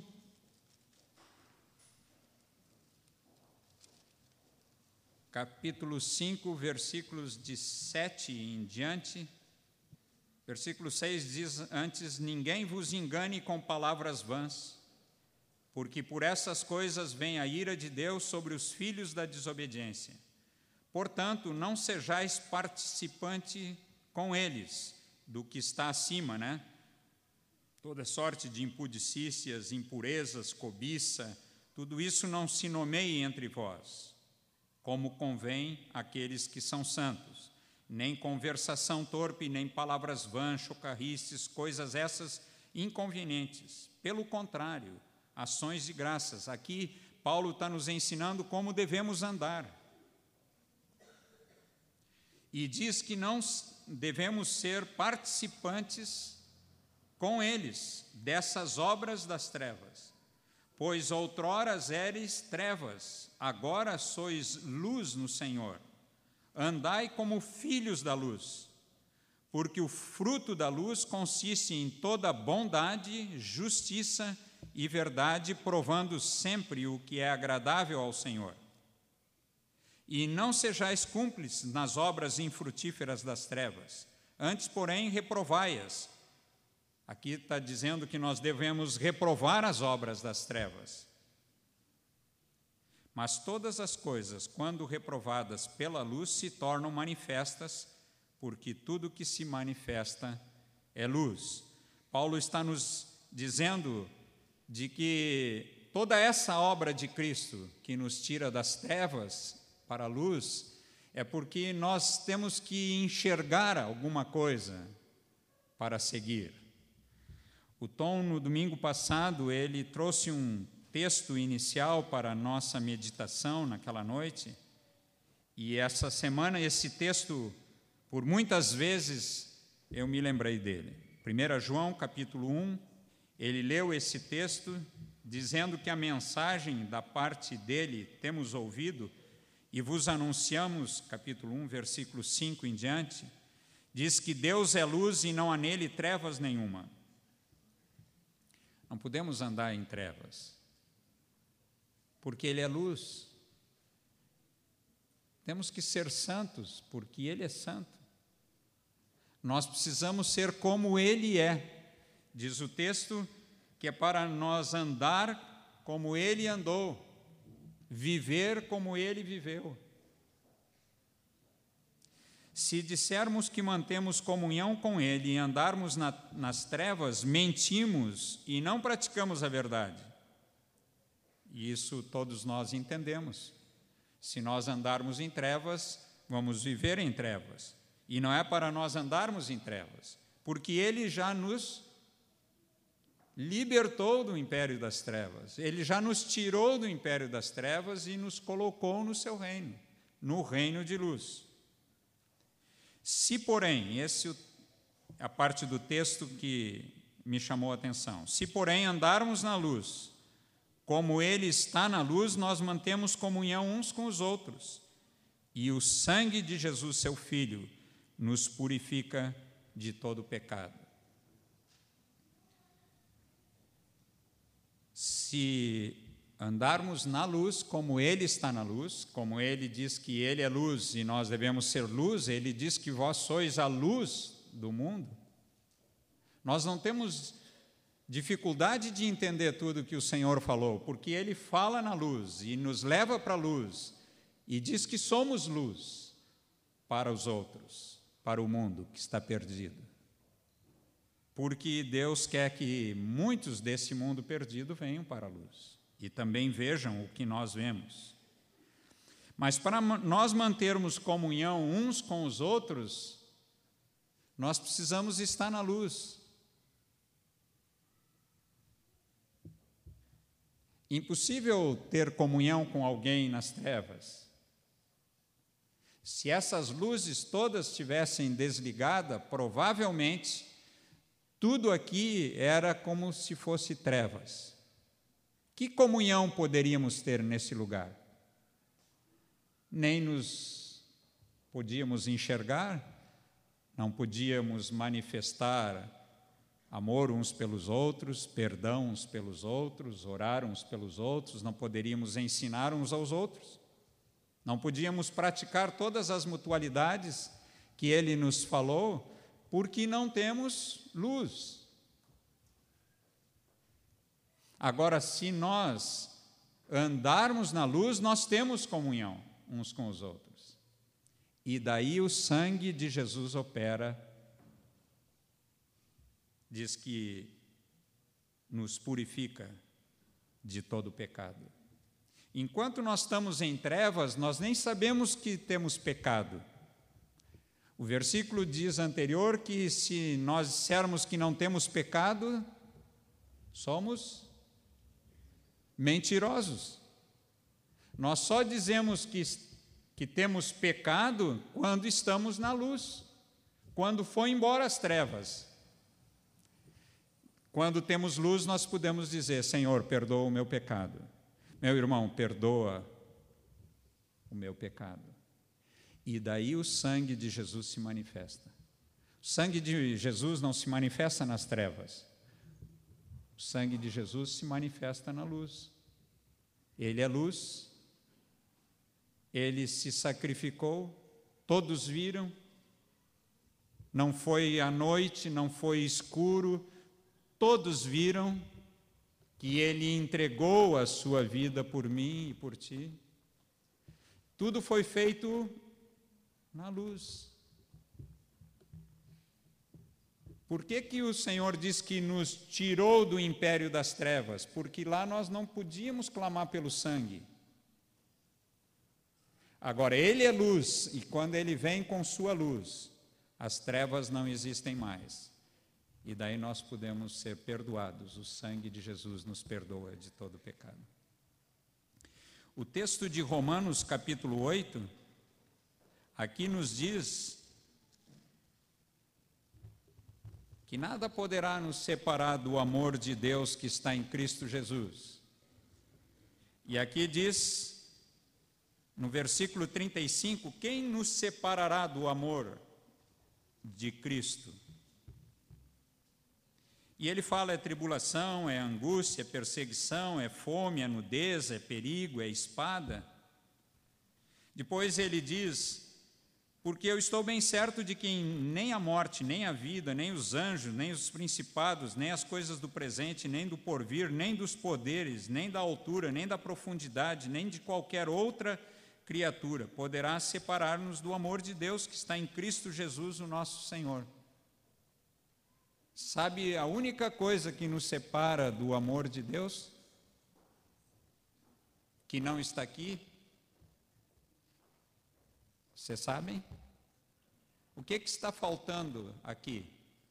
capítulo cinco, versículos de sete em diante. Versículo seis diz: antes, ninguém vos engane com palavras vãs, porque por essas coisas vem a ira de Deus sobre os filhos da desobediência. Portanto, não sejais participante com eles do que está acima, né? Toda sorte de impudicícias, impurezas, cobiça, tudo isso não se nomeie entre vós, como convém àqueles que são santos. Nem conversação torpe, nem palavras vãs, chocarrices, coisas essas inconvenientes. Pelo contrário, ações de graças. Aqui, Paulo está nos ensinando como devemos andar. E diz que não devemos ser participantes com eles dessas obras das trevas. Pois outrora eres trevas, agora sois luz no Senhor. Andai como filhos da luz, porque o fruto da luz consiste em toda bondade, justiça e verdade, provando sempre o que é agradável ao Senhor. E não sejais cúmplices nas obras infrutíferas das trevas, antes, porém, reprovai-as. Aqui está dizendo que nós devemos reprovar as obras das trevas. Mas todas as coisas, quando reprovadas pela luz, se tornam manifestas, porque tudo que se manifesta é luz. Paulo está nos dizendo de que toda essa obra de Cristo, que nos tira das trevas para a luz, é porque nós temos que enxergar alguma coisa para seguir. O Tom, no domingo passado, ele trouxe um texto inicial para a nossa meditação naquela noite, e essa semana esse texto, por muitas vezes, eu me lembrei dele. primeiro João, capítulo um, ele leu esse texto, dizendo que a mensagem da parte dele temos ouvido, e vos anunciamos, capítulo um, versículo cinco em diante, diz que Deus é luz e não há nele trevas nenhuma. Não podemos andar em trevas, porque Ele é luz. Temos que ser santos, porque Ele é santo. Nós precisamos ser como Ele é. Diz o texto que é para nós andar como Ele andou, viver como Ele viveu. Se dissermos que mantemos comunhão com Ele e andarmos na, nas trevas, mentimos e não praticamos a verdade. E isso todos nós entendemos. Se nós andarmos em trevas, vamos viver em trevas. E não é para nós andarmos em trevas, porque Ele já nos libertou do império das trevas. Ele já nos tirou do império das trevas e nos colocou no seu reino, no reino de luz. Se, porém, essa é a parte do texto que me chamou a atenção, se, porém, andarmos na luz, como Ele está na luz, nós mantemos comunhão uns com os outros, e o sangue de Jesus, seu Filho, nos purifica de todo pecado. Se andarmos na luz, como Ele está na luz, como Ele diz que Ele é luz e nós devemos ser luz, Ele diz que vós sois a luz do mundo. Nós não temos dificuldade de entender tudo que o Senhor falou, porque Ele fala na luz e nos leva para a luz e diz que somos luz para os outros, para o mundo que está perdido. Porque Deus quer que muitos desse mundo perdido venham para a luz e também vejam o que nós vemos. Mas para nós mantermos comunhão uns com os outros, nós precisamos estar na luz. Impossível ter comunhão com alguém nas trevas. Se essas luzes todas estivessem desligadas, provavelmente tudo aqui era como se fosse trevas. Que comunhão poderíamos ter nesse lugar? Nem nos podíamos enxergar, não podíamos manifestar amor uns pelos outros, perdão uns pelos outros, orar uns pelos outros, não poderíamos ensinar uns aos outros, não podíamos praticar todas as mutualidades que Ele nos falou, porque não temos luz. Agora, se nós andarmos na luz, nós temos comunhão uns com os outros. E daí o sangue de Jesus opera, diz que nos purifica de todo pecado. Enquanto nós estamos em trevas, nós nem sabemos que temos pecado. O versículo diz anterior que se nós dissermos que não temos pecado, somos Mentirosos. Nós só dizemos que, que temos pecado quando estamos na luz, quando foi embora as trevas. Quando temos luz, nós podemos dizer: Senhor, perdoa o meu pecado. Meu irmão, perdoa o meu pecado. E daí o sangue de Jesus se manifesta. O sangue de Jesus não se manifesta nas trevas. O sangue de Jesus se manifesta na luz. Ele é luz. Ele se sacrificou. Todos viram. Não foi à noite, não foi escuro. Todos viram que ele entregou a sua vida por mim e por ti. Tudo foi feito na luz. Por que que o Senhor diz que nos tirou do império das trevas? Porque lá nós não podíamos clamar pelo sangue. Agora, ele é luz, e quando ele vem com sua luz, as trevas não existem mais. E daí nós podemos ser perdoados. O sangue de Jesus nos perdoa de todo pecado. O texto de Romanos, capítulo oito, aqui nos diz que nada poderá nos separar do amor de Deus que está em Cristo Jesus. E aqui diz, no versículo trinta e cinco, quem nos separará do amor de Cristo? E ele fala: é tribulação, é angústia, é perseguição, é fome, é nudez, é perigo, é espada. Depois ele diz: porque eu estou bem certo de que nem a morte, nem a vida, nem os anjos, nem os principados, nem as coisas do presente, nem do porvir, nem dos poderes, nem da altura, nem da profundidade, nem de qualquer outra criatura poderá separar-nos do amor de Deus que está em Cristo Jesus, o nosso Senhor. Sabe a única coisa que nos separa do amor de Deus? Que não está aqui? Vocês sabem? O que que está faltando aqui?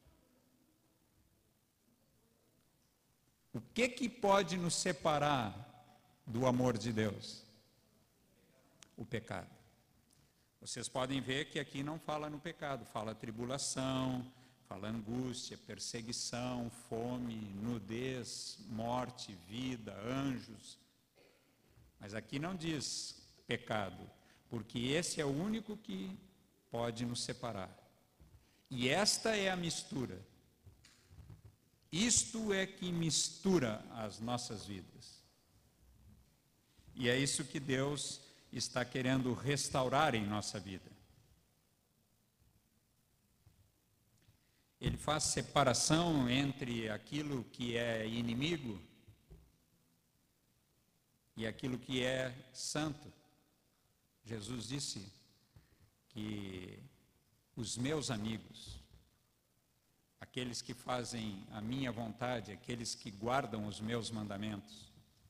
O que que pode nos separar do amor de Deus? O pecado. Vocês podem ver que aqui não fala no pecado, fala tribulação, fala angústia, perseguição, fome, nudez, morte, vida, anjos. Mas aqui não diz pecado, porque esse é o único que pode nos separar. E esta é a mistura. Isto é que mistura as nossas vidas. E é isso que Deus está querendo restaurar em nossa vida. Ele faz separação entre aquilo que é inimigo e aquilo que é santo. Jesus disse que os meus amigos, aqueles que fazem a minha vontade, aqueles que guardam os meus mandamentos.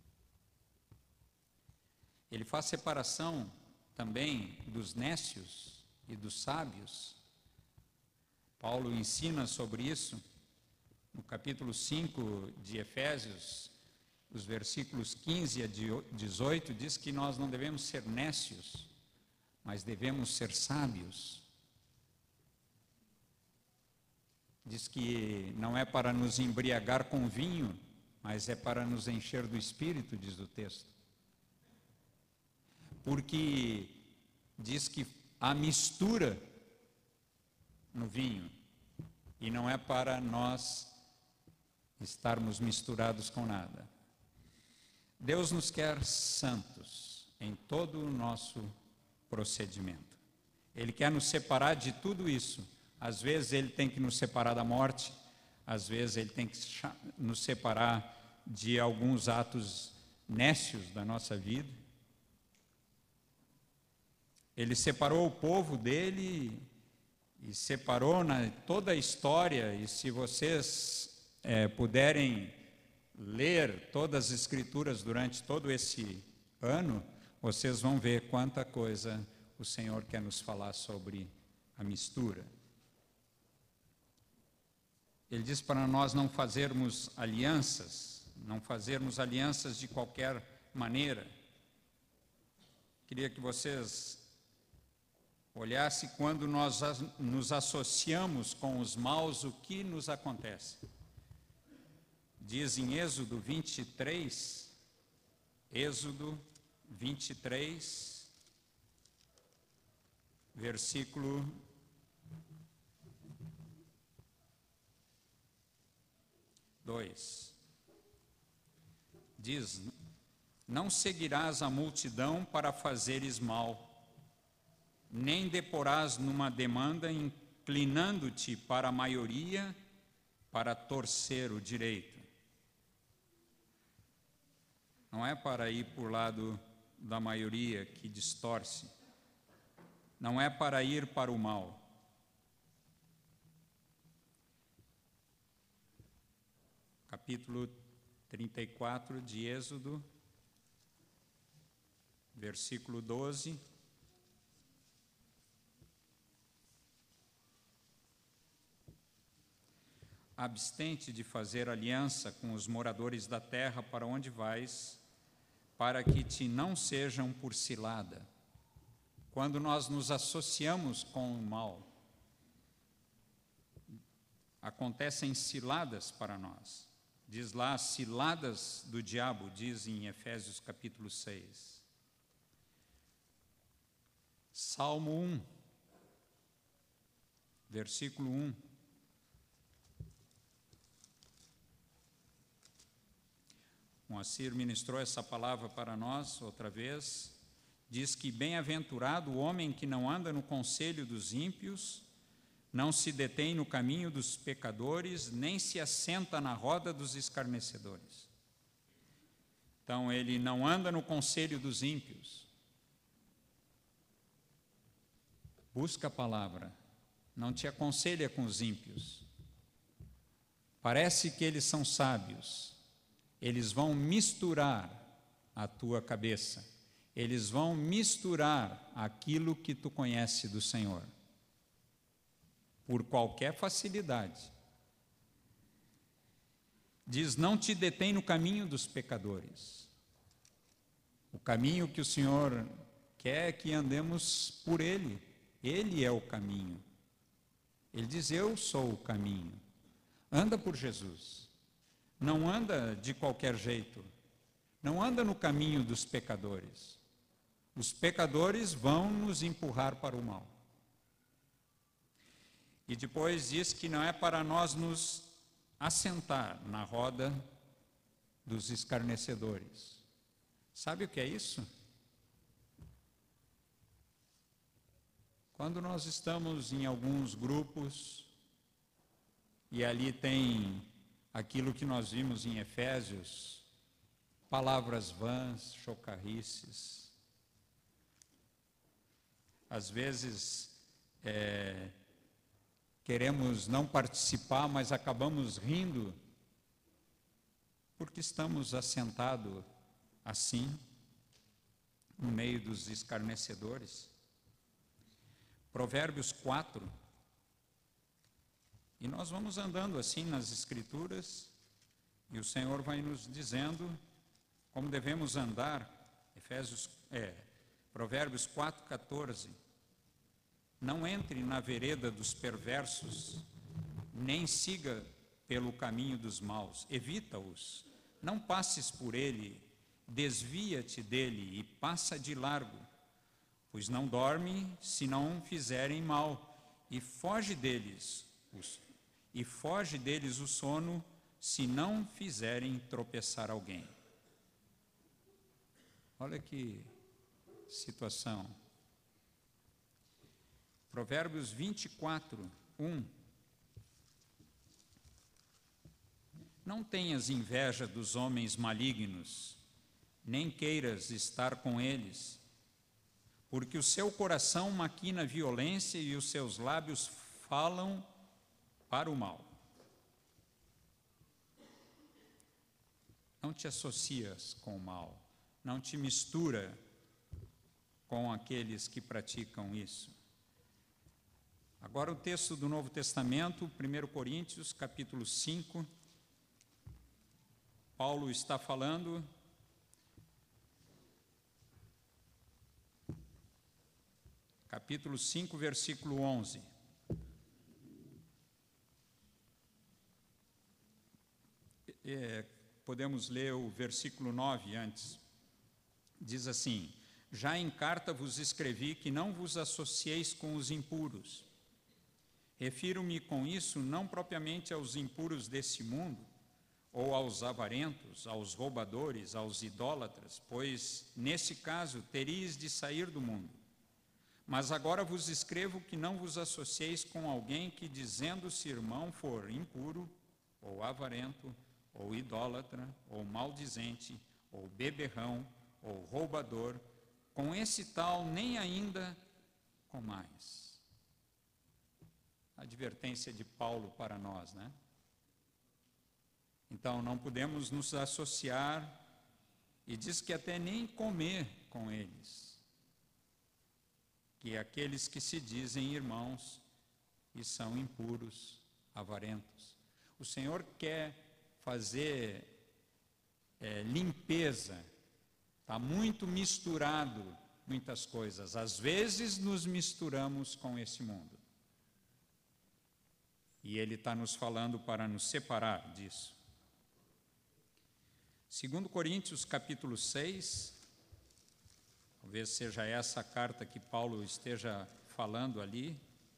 Ele faz separação também dos nécios e dos sábios. Paulo ensina sobre isso no capítulo cinco de Efésios, os versículos quinze a dezoito, diz que nós não devemos ser nécios, mas devemos ser sábios. Diz que não é para nos embriagar com vinho, mas é para nos encher do Espírito, diz o texto. Porque diz que há mistura no vinho, e não é para nós estarmos misturados com nada. Deus nos quer santos em todo o nosso procedimento. Ele quer nos separar de tudo isso. Às vezes Ele tem que nos separar da morte, às vezes Ele tem que nos separar de alguns atos nécios da nossa vida. Ele separou o povo dele e separou na toda a história, e se vocês é, puderem ler todas as escrituras durante todo esse ano, vocês vão ver quanta coisa o Senhor quer nos falar sobre a mistura. Ele diz para nós não fazermos alianças não fazermos alianças de qualquer maneira. Queria que vocês olhassem quando nós nos associamos com os maus, o que nos acontece. Diz em Êxodo vinte e três, Êxodo vinte e três, versículo dois. Diz: não seguirás a multidão para fazeres mal, nem deporás numa demanda inclinando-te para a maioria para torcer o direito. Não é para ir por lado da maioria que distorce, não é para ir para o mal. Capítulo trinta e quatro de Êxodo, versículo doze. Abstente de fazer aliança com os moradores da terra para onde vais, para que te não sejam por cilada. Quando nós nos associamos com o mal, acontecem ciladas para nós. Diz lá, ciladas do diabo, diz em Efésios capítulo seis. Salmo um, versículo um. Moacir ministrou essa palavra para nós outra vez. Diz que bem-aventurado o homem que não anda no conselho dos ímpios, não se detém no caminho dos pecadores, nem se assenta na roda dos escarnecedores. Então, ele não anda no conselho dos ímpios. Busca a palavra, não te aconselha com os ímpios. Parece que eles são sábios, eles vão misturar a tua cabeça, eles vão misturar aquilo que tu conhece do Senhor, por qualquer facilidade. Diz, não te detém no caminho dos pecadores. O caminho que o Senhor quer que andemos por Ele. Ele é o caminho. Ele diz, eu sou o caminho. Anda por Jesus. Não anda de qualquer jeito. Não anda no caminho dos pecadores. Os pecadores vão nos empurrar para o mal. E depois diz que não é para nós nos assentar na roda dos escarnecedores. Sabe o que é isso? Quando nós estamos em alguns grupos e ali tem aquilo que nós vimos em Efésios, palavras vãs, chocarrices. Às vezes é, queremos não participar, mas acabamos rindo porque estamos assentados assim, no meio dos escarnecedores. Provérbios quatro. E nós vamos andando assim nas Escrituras, e o Senhor vai nos dizendo como devemos andar. Efésios, é, Provérbios quatro, quatorze. Não entre na vereda dos perversos, nem siga pelo caminho dos maus. Evita-os, não passes por ele, desvia-te dele e passa de largo, pois não dorme se não fizerem mal, e foge deles, os, e foge deles o sono se não fizerem tropeçar alguém. Olha que situação. Provérbios vinte e quatro, um. Não tenhas inveja dos homens malignos, nem queiras estar com eles, porque o seu coração maquina violência e os seus lábios falam para o mal. Não te associas com o mal, não te mistura com aqueles que praticam isso. Agora o texto do Novo Testamento, primeiro Coríntios, capítulo cinco. Paulo está falando capítulo cinco, versículo onze. É, podemos ler o versículo nove antes. Diz assim: já em carta vos escrevi que não vos associeis com os impuros. Refiro-me com isso não propriamente aos impuros desse mundo, ou aos avarentos, aos roubadores, aos idólatras, pois, nesse caso, teríeis de sair do mundo. Mas agora vos escrevo que não vos associeis com alguém que, dizendo-se irmão, for impuro, ou avarento, ou idólatra, ou maldizente, ou beberrão, ou roubador, com esse tal nem ainda comais. Advertência de Paulo para nós, né? Então, não podemos nos associar, e diz que até nem comer com eles, que aqueles que se dizem irmãos e são impuros, avarentos. O Senhor quer fazer é, limpeza, está muito misturado muitas coisas. Às vezes nos misturamos com esse mundo. E Ele está nos falando para nos separar disso. Segundo Coríntios, capítulo seis, talvez seja essa a carta que Paulo esteja falando ali.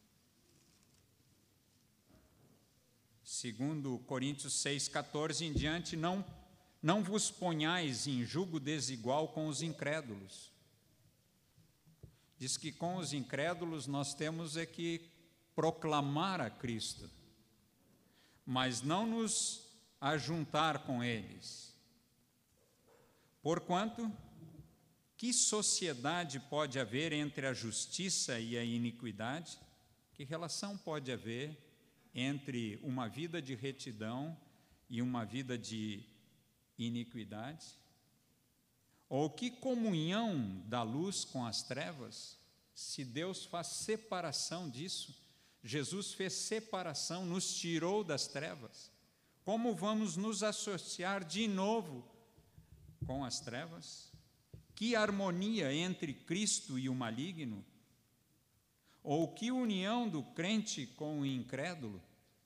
Segundo Coríntios seis, quatorze em diante, não, não vos ponhais em jugo desigual com os incrédulos. Diz que com os incrédulos nós temos é que proclamar a Cristo, mas não nos ajuntar com eles. Porquanto, que sociedade pode haver entre a justiça e a iniquidade? Que relação pode haver entre uma vida de retidão e uma vida de iniquidade? Ou que comunhão da luz com as trevas? Se Deus faz separação disso, Jesus fez separação, nos tirou das trevas. Como vamos nos associar de novo com as trevas? Que harmonia entre Cristo e o maligno? Ou que união do crente com o incrédulo?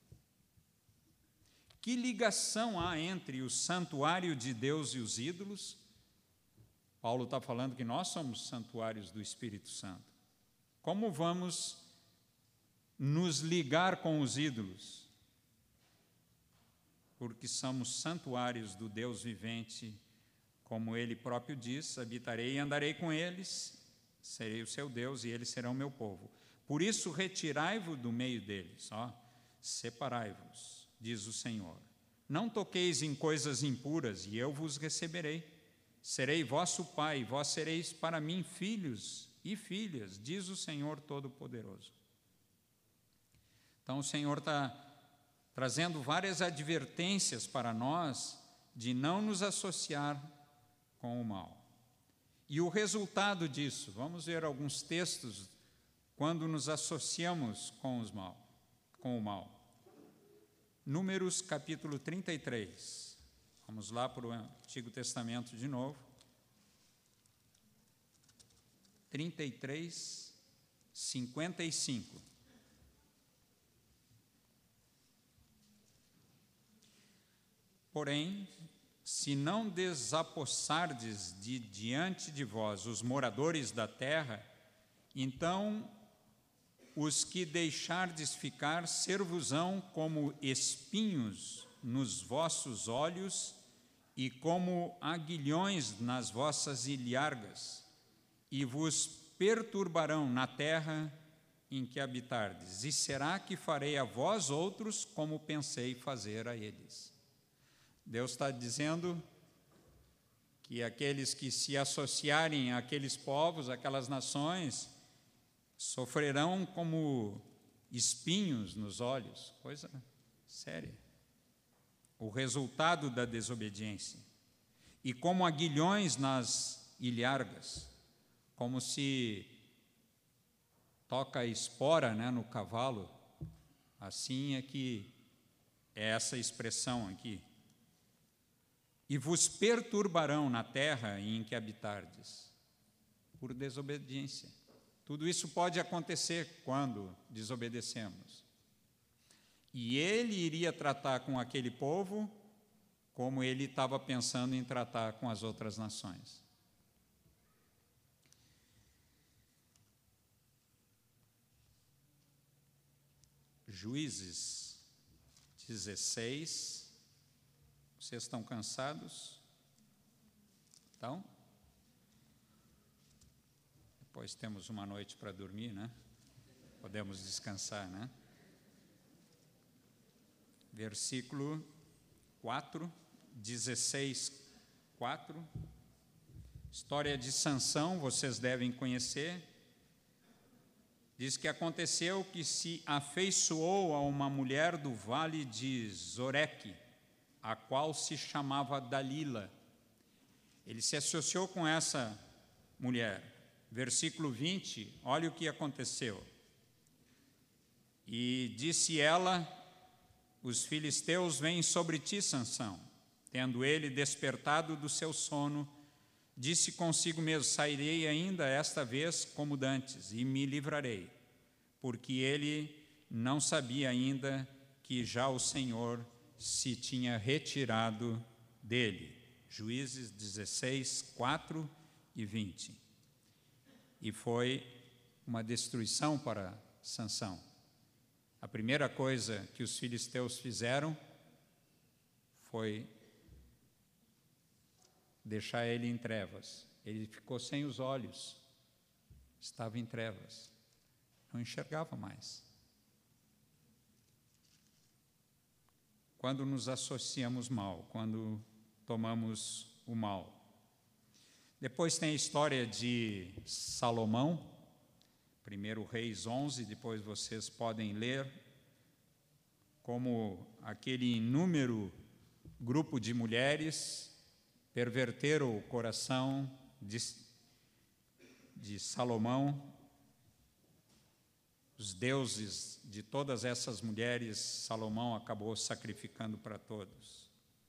Que ligação há entre o santuário de Deus e os ídolos? Paulo está falando que nós somos santuários do Espírito Santo. Como vamos nos ligar com os ídolos? Porque somos santuários do Deus vivente, como Ele próprio diz: habitarei e andarei com eles, serei o seu Deus e eles serão meu povo. Por isso retirai-vos do meio deles, ó, separai-vos, diz o Senhor. Não toqueis em coisas impuras, e eu vos receberei. Serei vosso pai, vós sereis para mim filhos e filhas, diz o Senhor Todo-Poderoso. Então o Senhor está trazendo várias advertências para nós de não nos associar com o mal. E o resultado disso, vamos ver alguns textos quando nos associamos com os mal, com o mal. Números capítulo trinta e três. Vamos lá para o Antigo Testamento de novo. trinta e três, cinquenta e cinco. Porém, se não desapossardes de diante de vós os moradores da terra, então os que deixardes ficar ser-vos-ão como espinhos nos vossos olhos e como aguilhões nas vossas ilhargas, e vos perturbarão na terra em que habitardes. E será que farei a vós outros como pensei fazer a eles? Deus está dizendo que aqueles que se associarem àqueles povos, àquelas nações, sofrerão como espinhos nos olhos. Coisa séria. O resultado da desobediência. E como aguilhões nas ilhargas, como se toca a espora, né, no cavalo, assim é que é essa expressão aqui. e vos perturbarão na terra em que habitardes, por desobediência. Tudo isso pode acontecer quando desobedecemos. E ele iria tratar com aquele povo como ele estava pensando em tratar com as outras nações. Juízes dezesseis. Vocês estão cansados? Então? Depois temos uma noite para dormir, né? Podemos descansar, né? Versículo quatro, dezesseis, quatro. História de Sansão, vocês devem conhecer. Diz que aconteceu que se afeiçoou a uma mulher do vale de Zoreque, a qual se chamava Dalila. Ele se associou com essa mulher. Versículo vinte, olha o que aconteceu. E disse ela: os filisteus vêm sobre ti, Sansão. Tendo ele despertado do seu sono, disse consigo mesmo: sairei ainda esta vez como dantes, e me livrarei, porque ele não sabia ainda que já o Senhor se tinha retirado dele. Juízes dezesseis, quatro e vinte. E foi uma destruição para Sansão. A primeira coisa que os filisteus fizeram foi deixar ele em trevas. Ele ficou sem os olhos, estava em trevas, não enxergava mais. Quando nos associamos mal, quando tomamos o mal. Depois tem a história de Salomão, primeiro Reis onze, depois vocês podem ler como aquele inúmero grupo de mulheres perverteram o coração de, de Salomão. Os deuses de todas essas mulheres, Salomão acabou sacrificando para todos.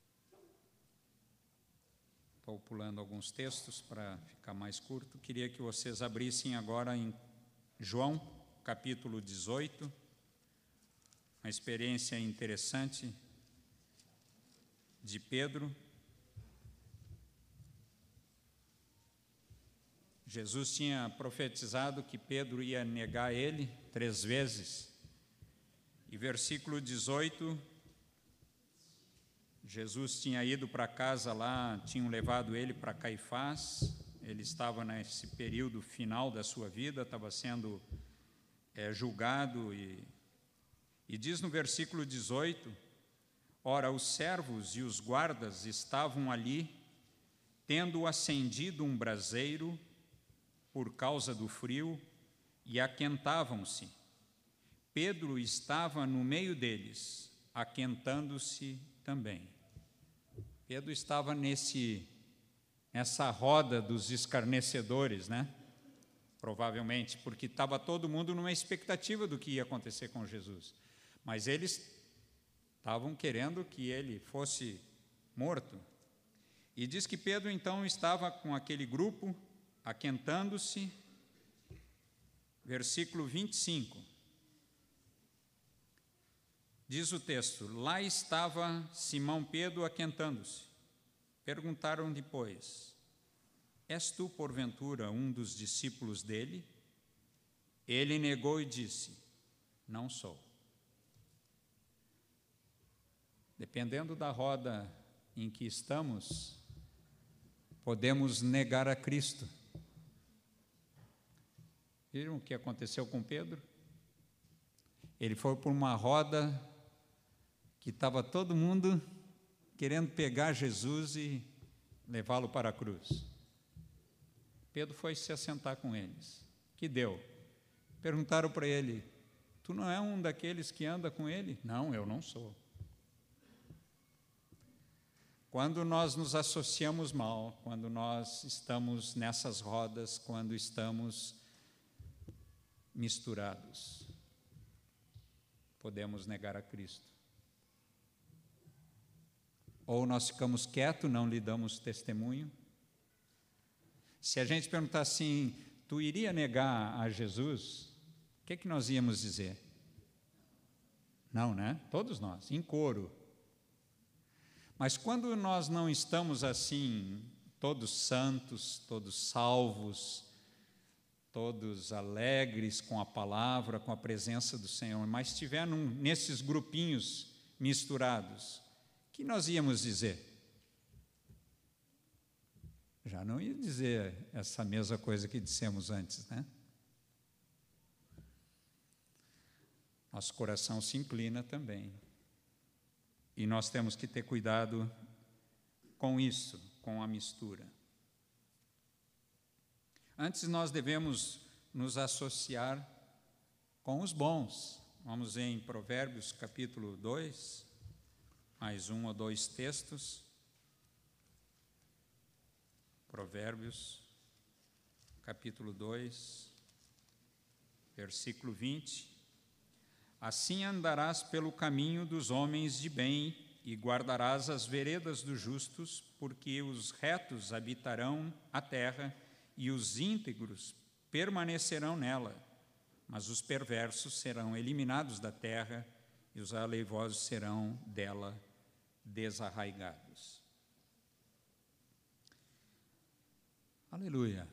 Estou pulando alguns textos para ficar mais curto. Queria que vocês abrissem agora em João, capítulo dezoito. Uma experiência interessante de Pedro. Jesus tinha profetizado que Pedro ia negar ele três vezes. E versículo dezoito, Jesus tinha ido para casa lá, tinham levado ele para Caifás. Ele estava nesse período final da sua vida, estava sendo é, julgado. E, e diz no versículo dezoito, ora, os servos e os guardas estavam ali, tendo acendido um braseiro por causa do frio, e aquentavam-se. Pedro estava no meio deles, aquentando-se também. Pedro estava nesse, nessa roda dos escarnecedores, né? Provavelmente, porque estava todo mundo numa expectativa do que ia acontecer com Jesus. Mas eles estavam querendo que ele fosse morto. E diz que Pedro, então, estava com aquele grupo, aquentando-se. Versículo vinte e cinco. Diz o texto, lá estava Simão Pedro aquentando-se. Perguntaram depois, és tu, porventura, um dos discípulos dele? Ele negou e disse, não sou. Dependendo da roda em que estamos, podemos negar a Cristo. Viram o que aconteceu com Pedro? Ele foi por uma roda que estava todo mundo querendo pegar Jesus e levá-lo para a cruz. Pedro foi se assentar com eles. Que deu? Perguntaram para ele, tu não é um daqueles que anda com ele? Não, eu não sou. Quando nós nos associamos mal, quando nós estamos nessas rodas, quando estamos misturados, podemos negar a Cristo. Ou nós ficamos quietos, não lhe damos testemunho? Se a gente perguntar assim, tu iria negar a Jesus? O que, que nós íamos dizer? Não, né? Todos nós, em coro. Mas quando nós não estamos assim, todos santos, todos salvos, todos alegres com a palavra, com a presença do Senhor, mas estiver num, nesses grupinhos misturados, o que nós íamos dizer? Já não ia dizer essa mesma coisa que dissemos antes, né? Nosso coração se inclina também. E nós temos que ter cuidado com isso, com a mistura. Antes nós devemos nos associar com os bons. Vamos em Provérbios capítulo dois, mais um ou dois textos. Provérbios capítulo dois, versículo vinte. Assim andarás pelo caminho dos homens de bem e guardarás as veredas dos justos, porque os retos habitarão a terra e os íntegros permanecerão nela, mas os perversos serão eliminados da terra e os aleivosos serão dela desarraigados. Aleluia.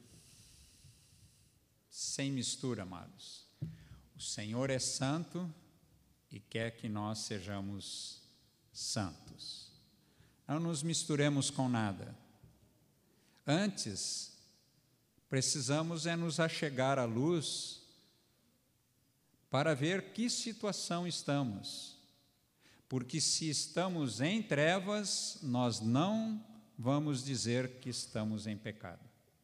Sem mistura, amados. O Senhor é santo e quer que nós sejamos santos. Não nos misturemos com nada. Antes, precisamos é nos achegar à luz para ver que situação estamos. Porque se estamos em trevas, nós não vamos dizer que estamos em pecado.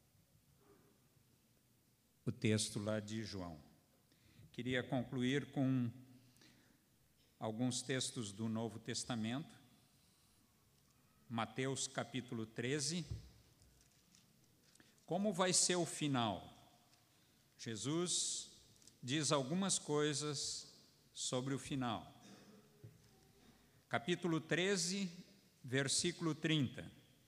O texto lá de João. Queria concluir com alguns textos do Novo Testamento. Mateus capítulo treze. Como vai ser o final? Jesus diz algumas coisas sobre o final. Capítulo treze, versículo trinta.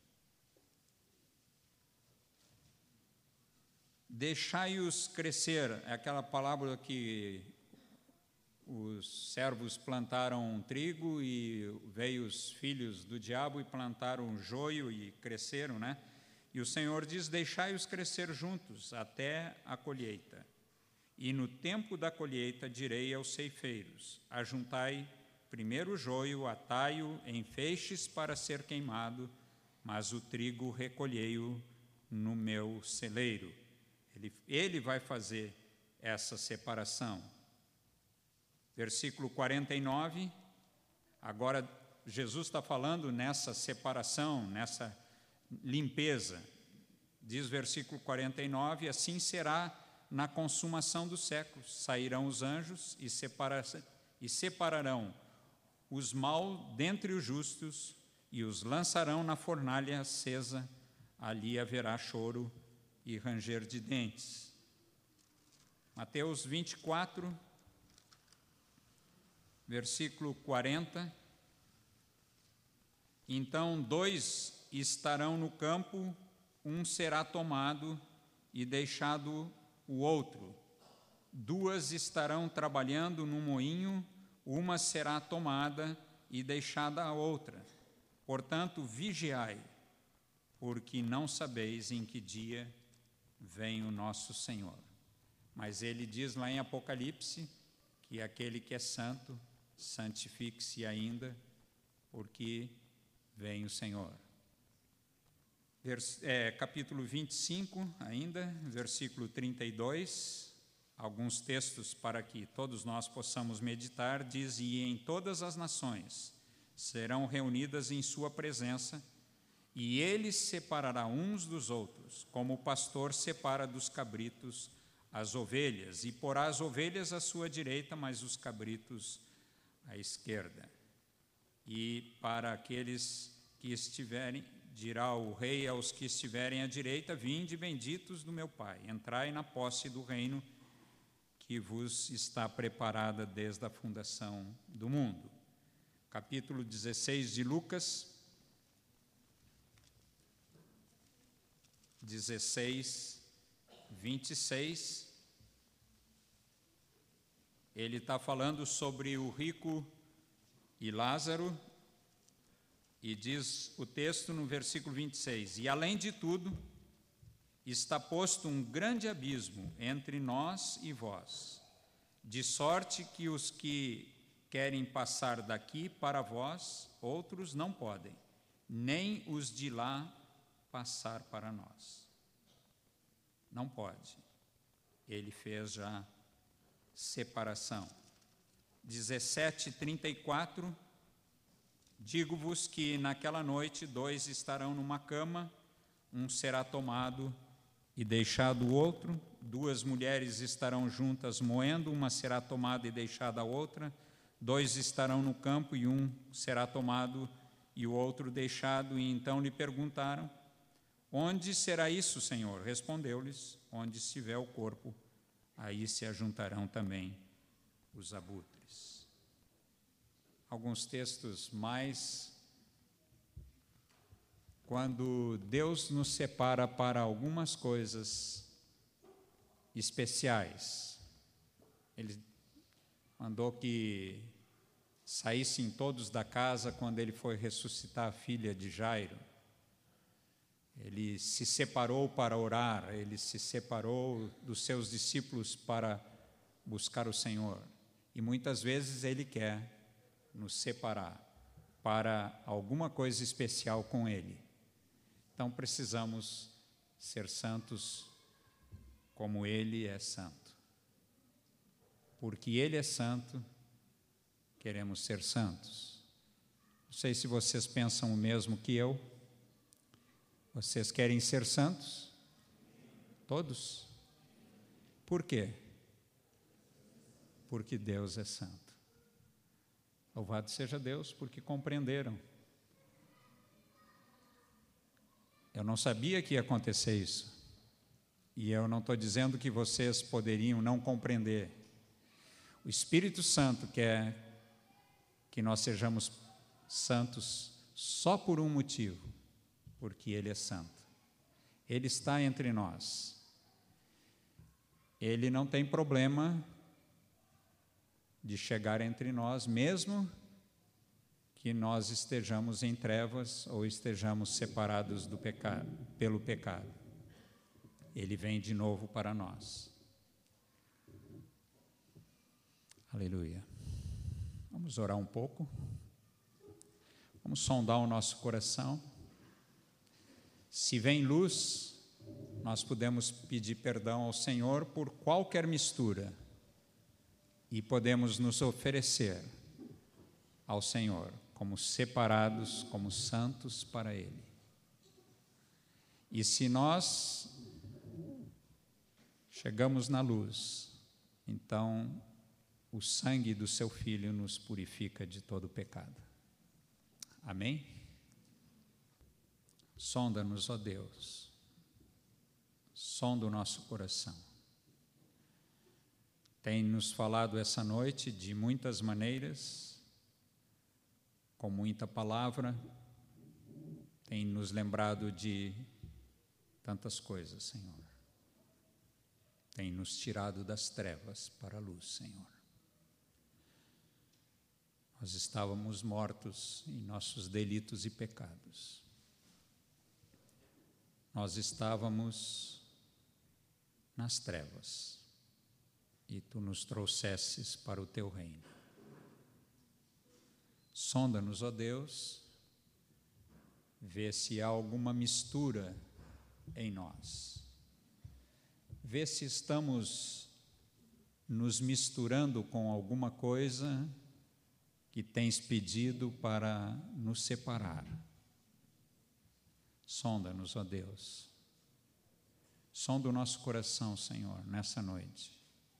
Deixai-os crescer, é aquela palavra que os servos plantaram trigo e veio os filhos do diabo e plantaram joio e cresceram, né? E o Senhor diz, deixai-os crescer juntos até a colheita. E no tempo da colheita direi aos ceifeiros, ajuntai primeiro o joio, atai-o em feixes para ser queimado, mas o trigo recolhei-o no meu celeiro. Ele, ele vai fazer essa separação. Versículo quarenta e nove, agora Jesus está falando nessa separação, nessa limpeza. Diz versículo quarenta e nove, assim será na consumação dos séculos. Sairão os anjos e, separa, e separarão os maus dentre os justos e os lançarão na fornalha acesa. Ali haverá choro e ranger de dentes. Mateus vinte e quatro, versículo quarenta. Então dois estarão no campo, um será tomado e deixado o outro. Duas estarão trabalhando no moinho, uma será tomada e deixada a outra. Portanto, vigiai, porque não sabeis em que dia vem o nosso Senhor. Mas ele diz lá em Apocalipse que aquele que é santo, santifique-se ainda, porque vem o Senhor. Vers, é, capítulo vinte e cinco, ainda, versículo trinta e dois, alguns textos para que todos nós possamos meditar, diz, e em todas as nações serão reunidas em sua presença, e ele separará uns dos outros, como o pastor separa dos cabritos as ovelhas, e porá as ovelhas à sua direita, mas os cabritos à esquerda. E para aqueles que estiverem, dirá o rei aos que estiverem à direita, vinde benditos do meu Pai, entrai na posse do reino que vos está preparada desde a fundação do mundo. Capítulo dezesseis de Lucas, dezesseis, vinte e seis, ele está falando sobre o rico e Lázaro, e diz o texto no versículo vinte e seis, e além de tudo, está posto um grande abismo entre nós e vós, de sorte que os que querem passar daqui para vós, outros não podem, nem os de lá passar para nós. Não pode. Ele fez já separação. dezessete, trinta e quatro, digo-vos que naquela noite dois estarão numa cama, um será tomado e deixado o outro, duas mulheres estarão juntas moendo, uma será tomada e deixada a outra, dois estarão no campo e um será tomado e o outro deixado. E então lhe perguntaram, onde será isso, Senhor? Respondeu-lhes, onde estiver o corpo, aí se ajuntarão também os abutres. Alguns textos mais, quando Deus nos separa para algumas coisas especiais, Ele mandou que saíssem todos da casa quando Ele foi ressuscitar a filha de Jairo. Ele se separou para orar, Ele se separou dos seus discípulos para buscar o Senhor. E muitas vezes Ele quer nos separar para alguma coisa especial com Ele. Então precisamos ser santos como Ele é santo. Porque Ele é santo, queremos ser santos. Não sei se vocês pensam o mesmo que eu. Vocês querem ser santos? Todos? Por quê? Porque Deus é santo. Louvado seja Deus, porque compreenderam. Eu não sabia que ia acontecer isso. E eu não estou dizendo que vocês poderiam não compreender. O Espírito Santo quer que nós sejamos santos só por um motivo, porque Ele é santo. Ele está entre nós. Ele não tem problema de chegar entre nós, mesmo que nós estejamos em trevas ou estejamos separados do pecado, pelo pecado. Ele vem de novo para nós. Aleluia. Vamos orar um pouco. Vamos sondar o nosso coração. Se vem luz, nós podemos pedir perdão ao Senhor por qualquer mistura e podemos nos oferecer ao Senhor como separados, como santos para Ele. E se nós chegamos na luz, então o sangue do Seu Filho nos purifica de todo pecado. Amém? Sonda-nos, ó Deus, sonda o nosso coração. Tem nos falado essa noite de muitas maneiras, com muita palavra, tem nos lembrado de tantas coisas, Senhor. Tem nos tirado das trevas para a luz, Senhor. Nós estávamos mortos em nossos delitos e pecados. Nós estávamos nas trevas e Tu nos trouxesses para o Teu reino. Sonda-nos, ó Deus, vê se há alguma mistura em nós. Vê se estamos nos misturando com alguma coisa que Tens pedido para nos separar. Sonda-nos, ó Deus. Sonda o nosso coração, Senhor, nessa noite.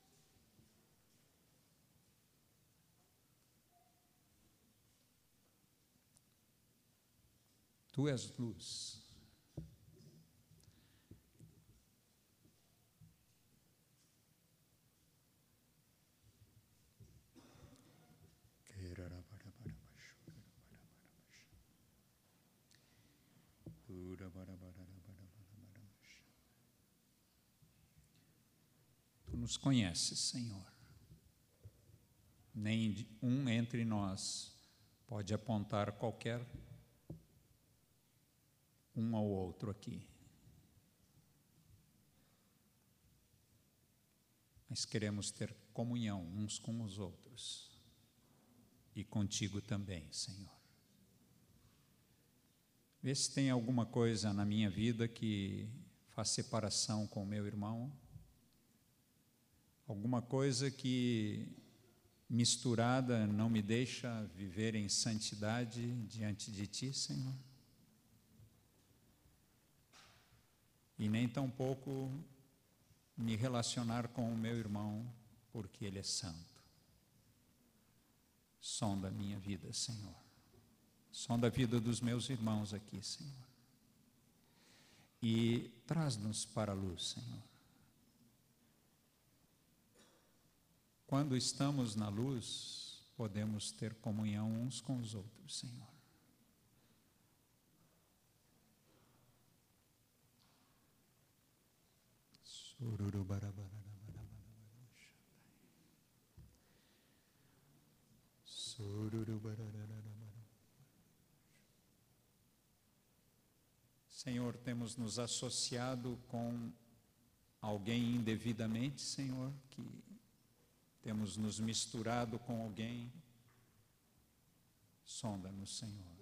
Tu és luz. nos conheces, Senhor. Nem um entre nós pode apontar qualquer um ao outro aqui. Mas queremos ter comunhão uns com os outros e contigo também, Senhor. Vê se tem alguma coisa na minha vida que faz separação com o meu irmão, alguma coisa que misturada não me deixa viver em santidade diante de Ti, Senhor. E nem tampouco me relacionar com o meu irmão, porque ele é santo. Sonda a minha vida, Senhor. Sonda a vida dos meus irmãos aqui, Senhor. E traz-nos para a luz, Senhor. Quando estamos na luz, podemos ter comunhão uns com os outros, Senhor. Senhor, temos nos associado com alguém indevidamente, Senhor, que temos nos misturado com alguém. Sonda-nos, Senhor.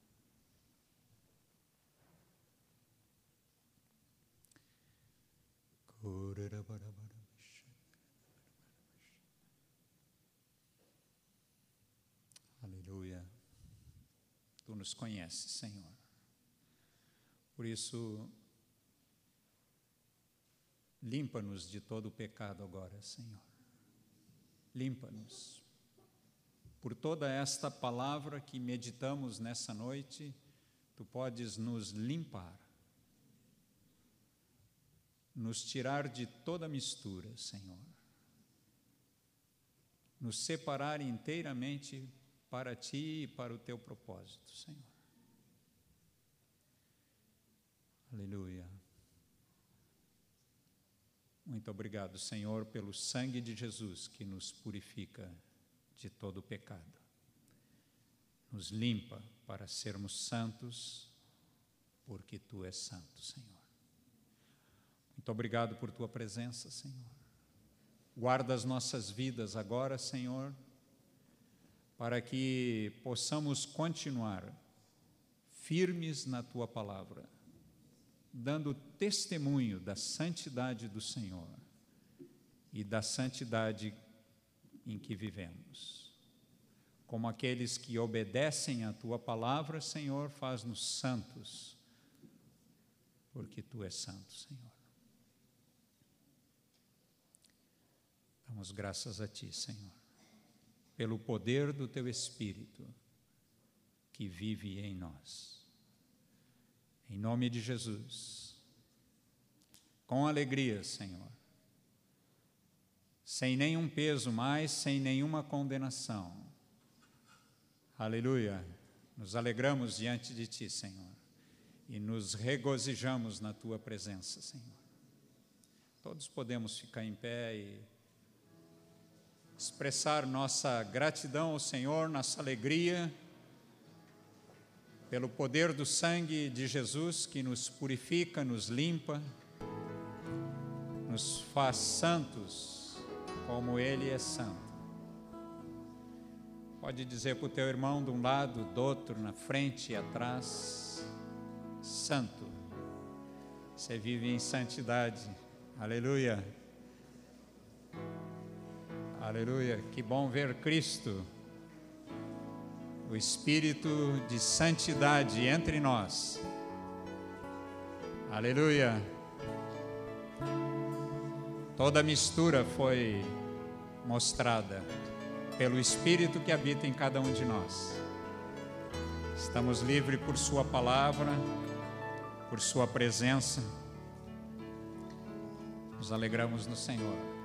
Aleluia. Tu nos conheces, Senhor. Por isso, limpa-nos de todo o pecado agora, Senhor. Limpa-nos. Por toda esta palavra que meditamos nessa noite, Tu podes nos limpar, nos tirar de toda mistura, Senhor. Nos separar inteiramente para Ti e para o Teu propósito, Senhor. Aleluia. Muito obrigado, Senhor, pelo sangue de Jesus que nos purifica de todo o pecado. Nos limpa para sermos santos, porque Tu és santo, Senhor. Muito obrigado por Tua presença, Senhor. Guarda as nossas vidas agora, Senhor, para que possamos continuar firmes na Tua palavra, dando testemunho da santidade do Senhor e da santidade em que vivemos. Como aqueles que obedecem à Tua palavra, Senhor, faz-nos santos, porque Tu és santo, Senhor. Damos graças a Ti, Senhor, pelo poder do Teu Espírito que vive em nós. Em nome de Jesus, com alegria, Senhor, sem nenhum peso mais, sem nenhuma condenação. Aleluia, nos alegramos diante de Ti, Senhor, e nos regozijamos na Tua presença, Senhor. Todos podemos ficar em pé e expressar nossa gratidão ao Senhor, nossa alegria, pelo poder do sangue de Jesus que nos purifica, nos limpa, nos faz santos como Ele é santo. Pode dizer para o teu irmão de um lado, do outro, na frente e atrás: santo. Você vive em santidade. Aleluia. Aleluia. Que bom ver Cristo, o Espírito de santidade entre nós. Aleluia. Toda mistura foi mostrada pelo Espírito que habita em cada um de nós. Estamos livres por Sua palavra, por Sua presença. Nos alegramos no Senhor.